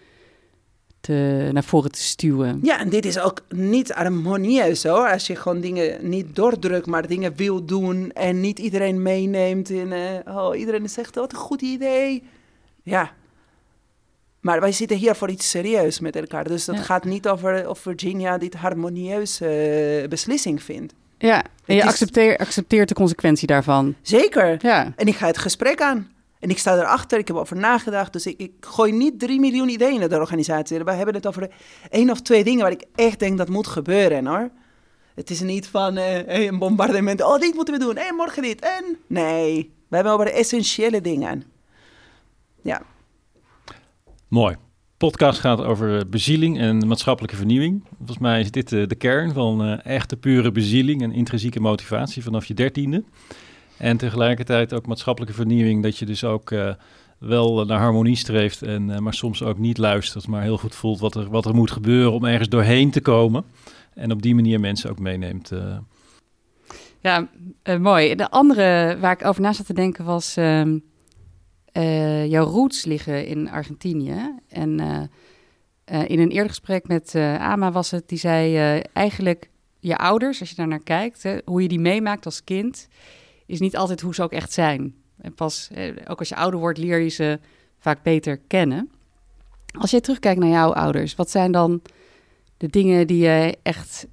naar voren te stuwen. Ja, en dit is ook niet harmonieus hoor. Als je gewoon dingen niet doordrukt, maar dingen wil doen en niet iedereen meeneemt in... iedereen zegt, wat een goed idee. Ja. Maar wij zitten hier voor iets serieus met elkaar. Dus dat gaat niet over of Virginia dit harmonieuze beslissing vindt. Ja, en je accepteert de consequentie daarvan. Zeker. Ja. En ik ga het gesprek aan. En ik sta erachter, ik heb over nagedacht. Dus ik gooi niet 3 miljoen ideeën in de organisatie. We hebben het over 1 of 2 dingen waar ik echt denk dat moet gebeuren, hoor. Het is niet van een bombardement. Dit moeten we doen. Morgen dit. En nee, we hebben over de essentiële dingen. Ja. Mooi. Podcast gaat over bezieling en maatschappelijke vernieuwing. Volgens mij is dit de kern van echte pure bezieling en intrinsieke motivatie vanaf je 13e. En tegelijkertijd ook maatschappelijke vernieuwing, dat je dus ook wel naar harmonie streeft, maar soms ook niet luistert, maar heel goed voelt wat er moet gebeuren om ergens doorheen te komen. En op die manier mensen ook meeneemt. Ja, mooi. De andere waar ik over na zat te denken was... jouw roots liggen in Argentinië. En in een eerder gesprek met Ama was het, die zei eigenlijk je ouders, als je daar naar kijkt, hoe je die meemaakt als kind, is niet altijd hoe ze ook echt zijn. En pas, ook als je ouder wordt, leer je ze vaak beter kennen. Als jij terugkijkt naar jouw ouders, wat zijn dan de dingen die je echt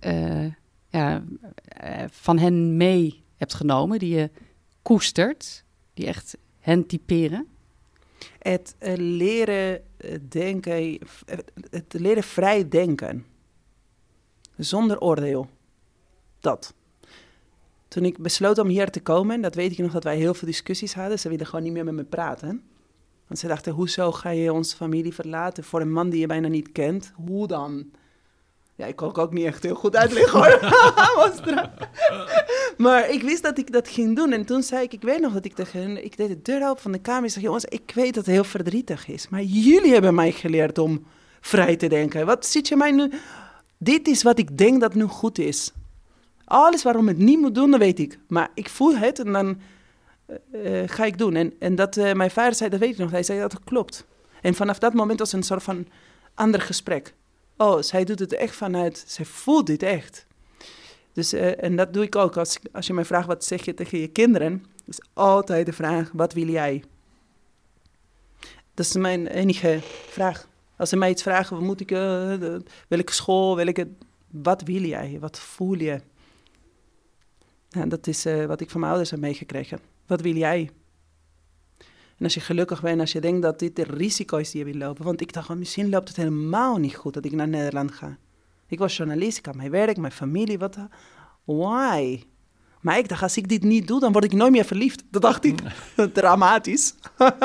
van hen mee hebt genomen, die je koestert, die echt hen typeren? Het leren denken, het leren vrij denken. Zonder oordeel. Dat. Toen ik besloot om hier te komen, dat weet ik nog dat wij heel veel discussies hadden. Ze wilden gewoon niet meer met me praten. Want ze dachten, hoezo ga je onze familie verlaten voor een man die je bijna niet kent? Hoe dan? Ja, ik kon ook niet echt heel goed uitleggen hoor. Maar ik wist dat ik dat ging doen. En toen zei ik weet nog dat ik deed de deur open van de kamer. Ik zei, jongens, ik weet dat het heel verdrietig is. Maar jullie hebben mij geleerd om vrij te denken. Wat zit je mij nu... Dit is wat ik denk dat nu goed is. Alles waarom het niet moet doen, dat weet ik. Maar ik voel het en dan ga ik doen. En dat mijn vader zei, dat weet ik nog. Hij zei, dat klopt. En vanaf dat moment was het een soort van ander gesprek. zij doet het echt vanuit, zij voelt dit echt. Dus, en dat doe ik ook. Als je mij vraagt, wat zeg je tegen je kinderen? Is altijd de vraag, wat wil jij? Dat is mijn enige vraag. Als ze mij iets vragen, wat moet ik, welke school, wat wil jij? Wat voel je? Ja, dat is wat ik van mijn ouders heb meegekregen. Wat wil jij? En als je gelukkig bent, als je denkt dat dit de risico is die je wil lopen. Want ik dacht, misschien loopt het helemaal niet goed dat ik naar Nederland ga. Ik was journalist, ik had mijn werk, mijn familie, why? Maar ik dacht, als ik dit niet doe, dan word ik nooit meer verliefd. Dat dacht ik. Dramatisch.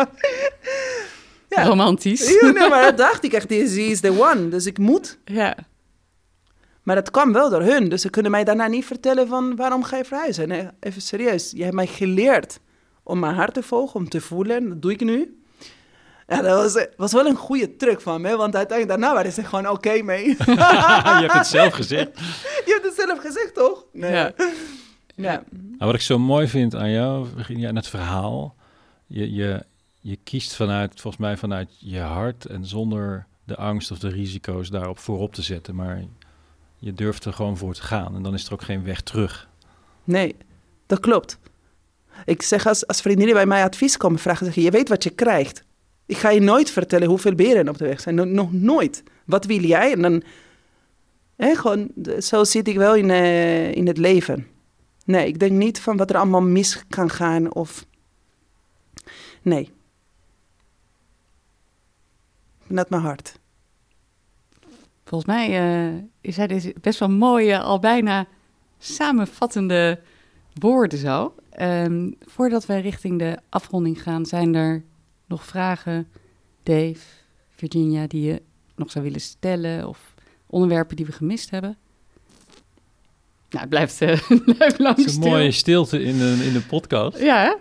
Ja. Romantisch. Ja, nee, maar dat dacht ik echt, this is the one. Dus ik moet. Ja. Maar dat kwam wel door hun. Dus ze kunnen mij daarna niet vertellen van, waarom ga je verhuizen? Nee, even serieus. Je hebt mij geleerd om mijn hart te volgen, om te voelen. Dat doe ik nu. Ja, dat was wel een goede truc van me. Want uiteindelijk daarna waren ze gewoon oké mee. Je hebt het zelf gezegd. Je hebt het zelf gezegd, toch? Nee. Ja. Ja. Nou, wat ik zo mooi vind aan jou, Virginia, en het verhaal. Je kiest volgens mij vanuit je hart en zonder de angst of de risico's daarop voorop te zetten. Maar je durft er gewoon voor te gaan en dan is er ook geen weg terug. Nee, dat klopt. Ik zeg als vriendinnen bij mij advies komen vragen, zeg je weet wat je krijgt. Ik ga je nooit vertellen hoeveel beren op de weg zijn. Nog nooit. Wat wil jij? En dan, gewoon, zo zit ik wel in het leven. Nee, ik denk niet van wat er allemaal mis kan gaan of... Nee. Vanuit mijn hart. Volgens mij is hij deze best wel mooie, al bijna samenvattende woorden zo. Voordat wij richting de afronding gaan, zijn er nog vragen, Dave, Virginia, die je nog zou willen stellen of onderwerpen die we gemist hebben? Nou, het blijft lang Het is stil. een mooie stilte in de podcast. Ja, hè?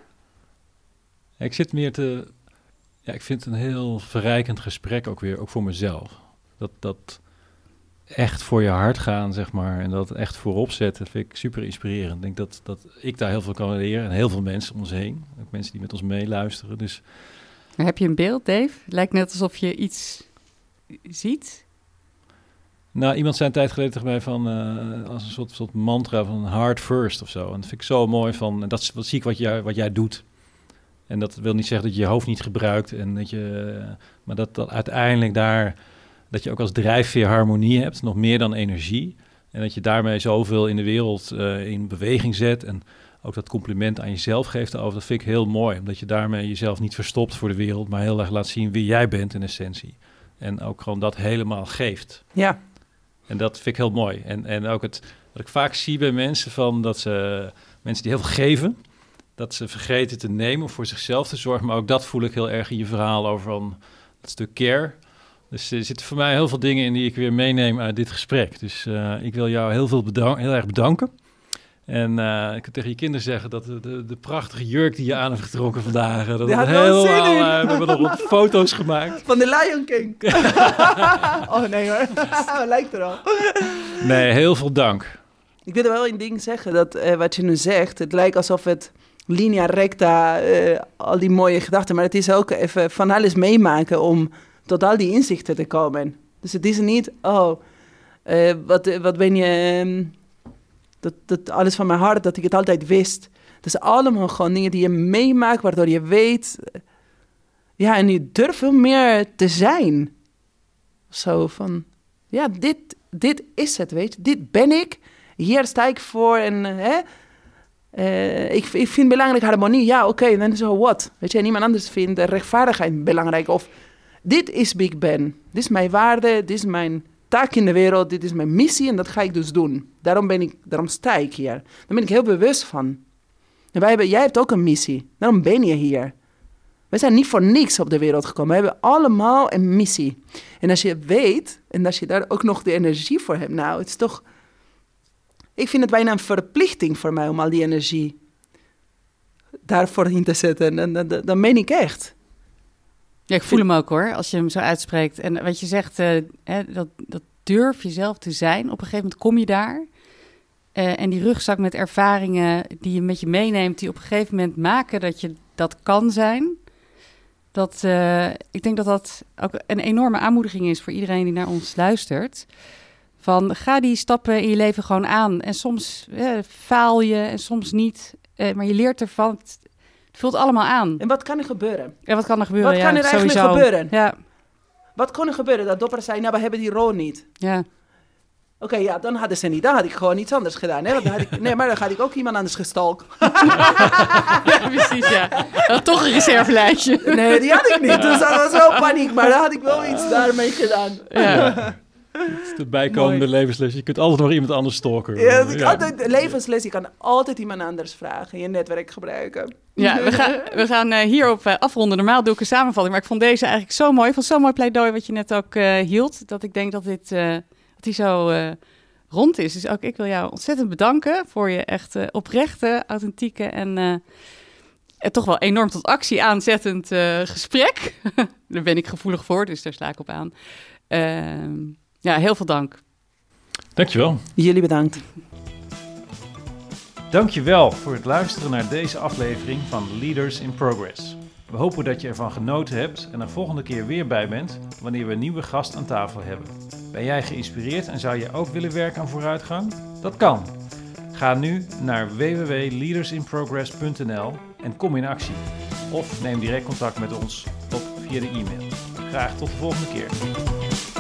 Ik zit meer te... Ja, ik vind het een heel verrijkend gesprek ook weer, ook voor mezelf. Dat echt voor je hart gaan, zeg maar, en dat echt voorop zetten, vind ik super inspirerend. Ik denk dat ik daar heel veel kan leren en heel veel mensen om ons heen. Ook mensen die met ons meeluisteren. Dus... Maar heb je een beeld, Dave? Het lijkt net alsof je iets ziet. Nou, iemand zei een tijd geleden tegen mij van, als een soort mantra van heart first of zo. En dat vind ik zo mooi van, en dat zie ik wat jij doet. En dat wil niet zeggen dat je je hoofd niet gebruikt, en maar dat uiteindelijk dat je ook als drijfveer harmonie hebt, nog meer dan energie. En dat je daarmee zoveel in de wereld in beweging zet en ook dat compliment aan jezelf geeft daarover. Dat vind ik heel mooi, omdat je daarmee jezelf niet verstopt voor de wereld, maar heel erg laat zien wie jij bent in essentie. En ook gewoon dat helemaal geeft. Ja. En dat vind ik heel mooi. En ook wat ik vaak zie bij mensen, mensen die heel veel geven, dat ze vergeten te nemen om voor zichzelf te zorgen. Maar ook dat voel ik heel erg in je verhaal over dat stuk care. Dus er zitten voor mij heel veel dingen in die ik weer meeneem uit dit gesprek. Dus ik wil jou heel erg bedanken. En ik kan tegen je kinderen zeggen dat de prachtige jurk die je aan hebt getrokken vandaag, dat Ja, het we hebben nog wat foto's gemaakt. Van de Lion King. Oh nee hoor, lijkt er al. Nee, heel veel dank. Ik wil er wel een ding zeggen, dat wat je nu zegt, het lijkt alsof het linea recta, al die mooie gedachten, maar het is ook even van alles meemaken om tot al die inzichten te komen. Dus het is niet, wat ben je, dat alles van mijn hart, dat ik het altijd wist. Dat is allemaal gewoon dingen die je meemaakt, waardoor je weet, ja, en je durft veel meer te zijn. Zo van, ja, dit is het, weet je, dit ben ik, hier sta ik voor en, ik vind belangrijk harmonie, ja, oké, dan zo wat. Weet je, niemand anders vindt rechtvaardigheid belangrijk. Of, dit is wie ik ben. Dit is mijn waarde, dit is mijn taak in de wereld, dit is mijn missie en dat ga ik dus doen. Daarom sta ik hier. Daar ben ik heel bewust van. En jij hebt ook een missie, daarom ben je hier. We zijn niet voor niks op de wereld gekomen. We hebben allemaal een missie. En als je weet, en als je daar ook nog de energie voor hebt, nou, het is toch... Ik vind het bijna een verplichting voor mij om al die energie daarvoor in te zetten. En dat meen ik echt. Ja, ik voel hem ook hoor, als je hem zo uitspreekt. En wat je zegt, dat durf jezelf te zijn. Op een gegeven moment kom je daar. En die rugzak met ervaringen die je met je meeneemt, die op een gegeven moment maken dat je dat kan zijn. Ik denk dat dat ook een enorme aanmoediging is voor iedereen die naar ons luistert. Van ga die stappen in je leven gewoon aan. En soms faal je en soms niet. Maar je leert ervan. Het vult allemaal aan. En wat kan er gebeuren? Ja, wat kan er gebeuren? Wat kan er eigenlijk sowieso gebeuren? Ja. Wat kon er gebeuren? Dat Dopper zei, nou, we hebben die rol niet. Ja. Oké, ja, dan hadden ze niet. Dan had ik gewoon iets anders gedaan. Hè? Maar dan had ik ook iemand anders gestalkt. Ja, precies, ja. Dat toch een reservelijstje. Nee, die had ik niet. Dus dat was wel paniek. Maar dan had ik wel iets daarmee gedaan. Ja. Het is de bijkomende levensles. Je kunt altijd nog iemand anders stalken. Ja, altijd, levensles, je kan altijd iemand anders vragen. Je netwerk gebruiken. Ja, we gaan hierop afronden. Normaal doe ik een samenvatting. Maar ik vond deze eigenlijk zo mooi. Ik vond zo'n mooi pleidooi wat je net ook hield. Dat ik denk dat die zo rond is. Dus ook ik wil jou ontzettend bedanken voor je echt oprechte, authentieke en toch wel enorm tot actie aanzettend gesprek. Daar ben ik gevoelig voor, dus daar sla ik op aan. Ja, heel veel dank. Dankjewel. Jullie bedankt. Dankjewel voor het luisteren naar deze aflevering van Leaders in Progress. We hopen dat je ervan genoten hebt en er volgende keer weer bij bent wanneer we een nieuwe gast aan tafel hebben. Ben jij geïnspireerd en zou je ook willen werken aan vooruitgang? Dat kan. Ga nu naar www.leadersinprogress.nl en kom in actie. Of neem direct contact met ons via de e-mail. Graag tot de volgende keer.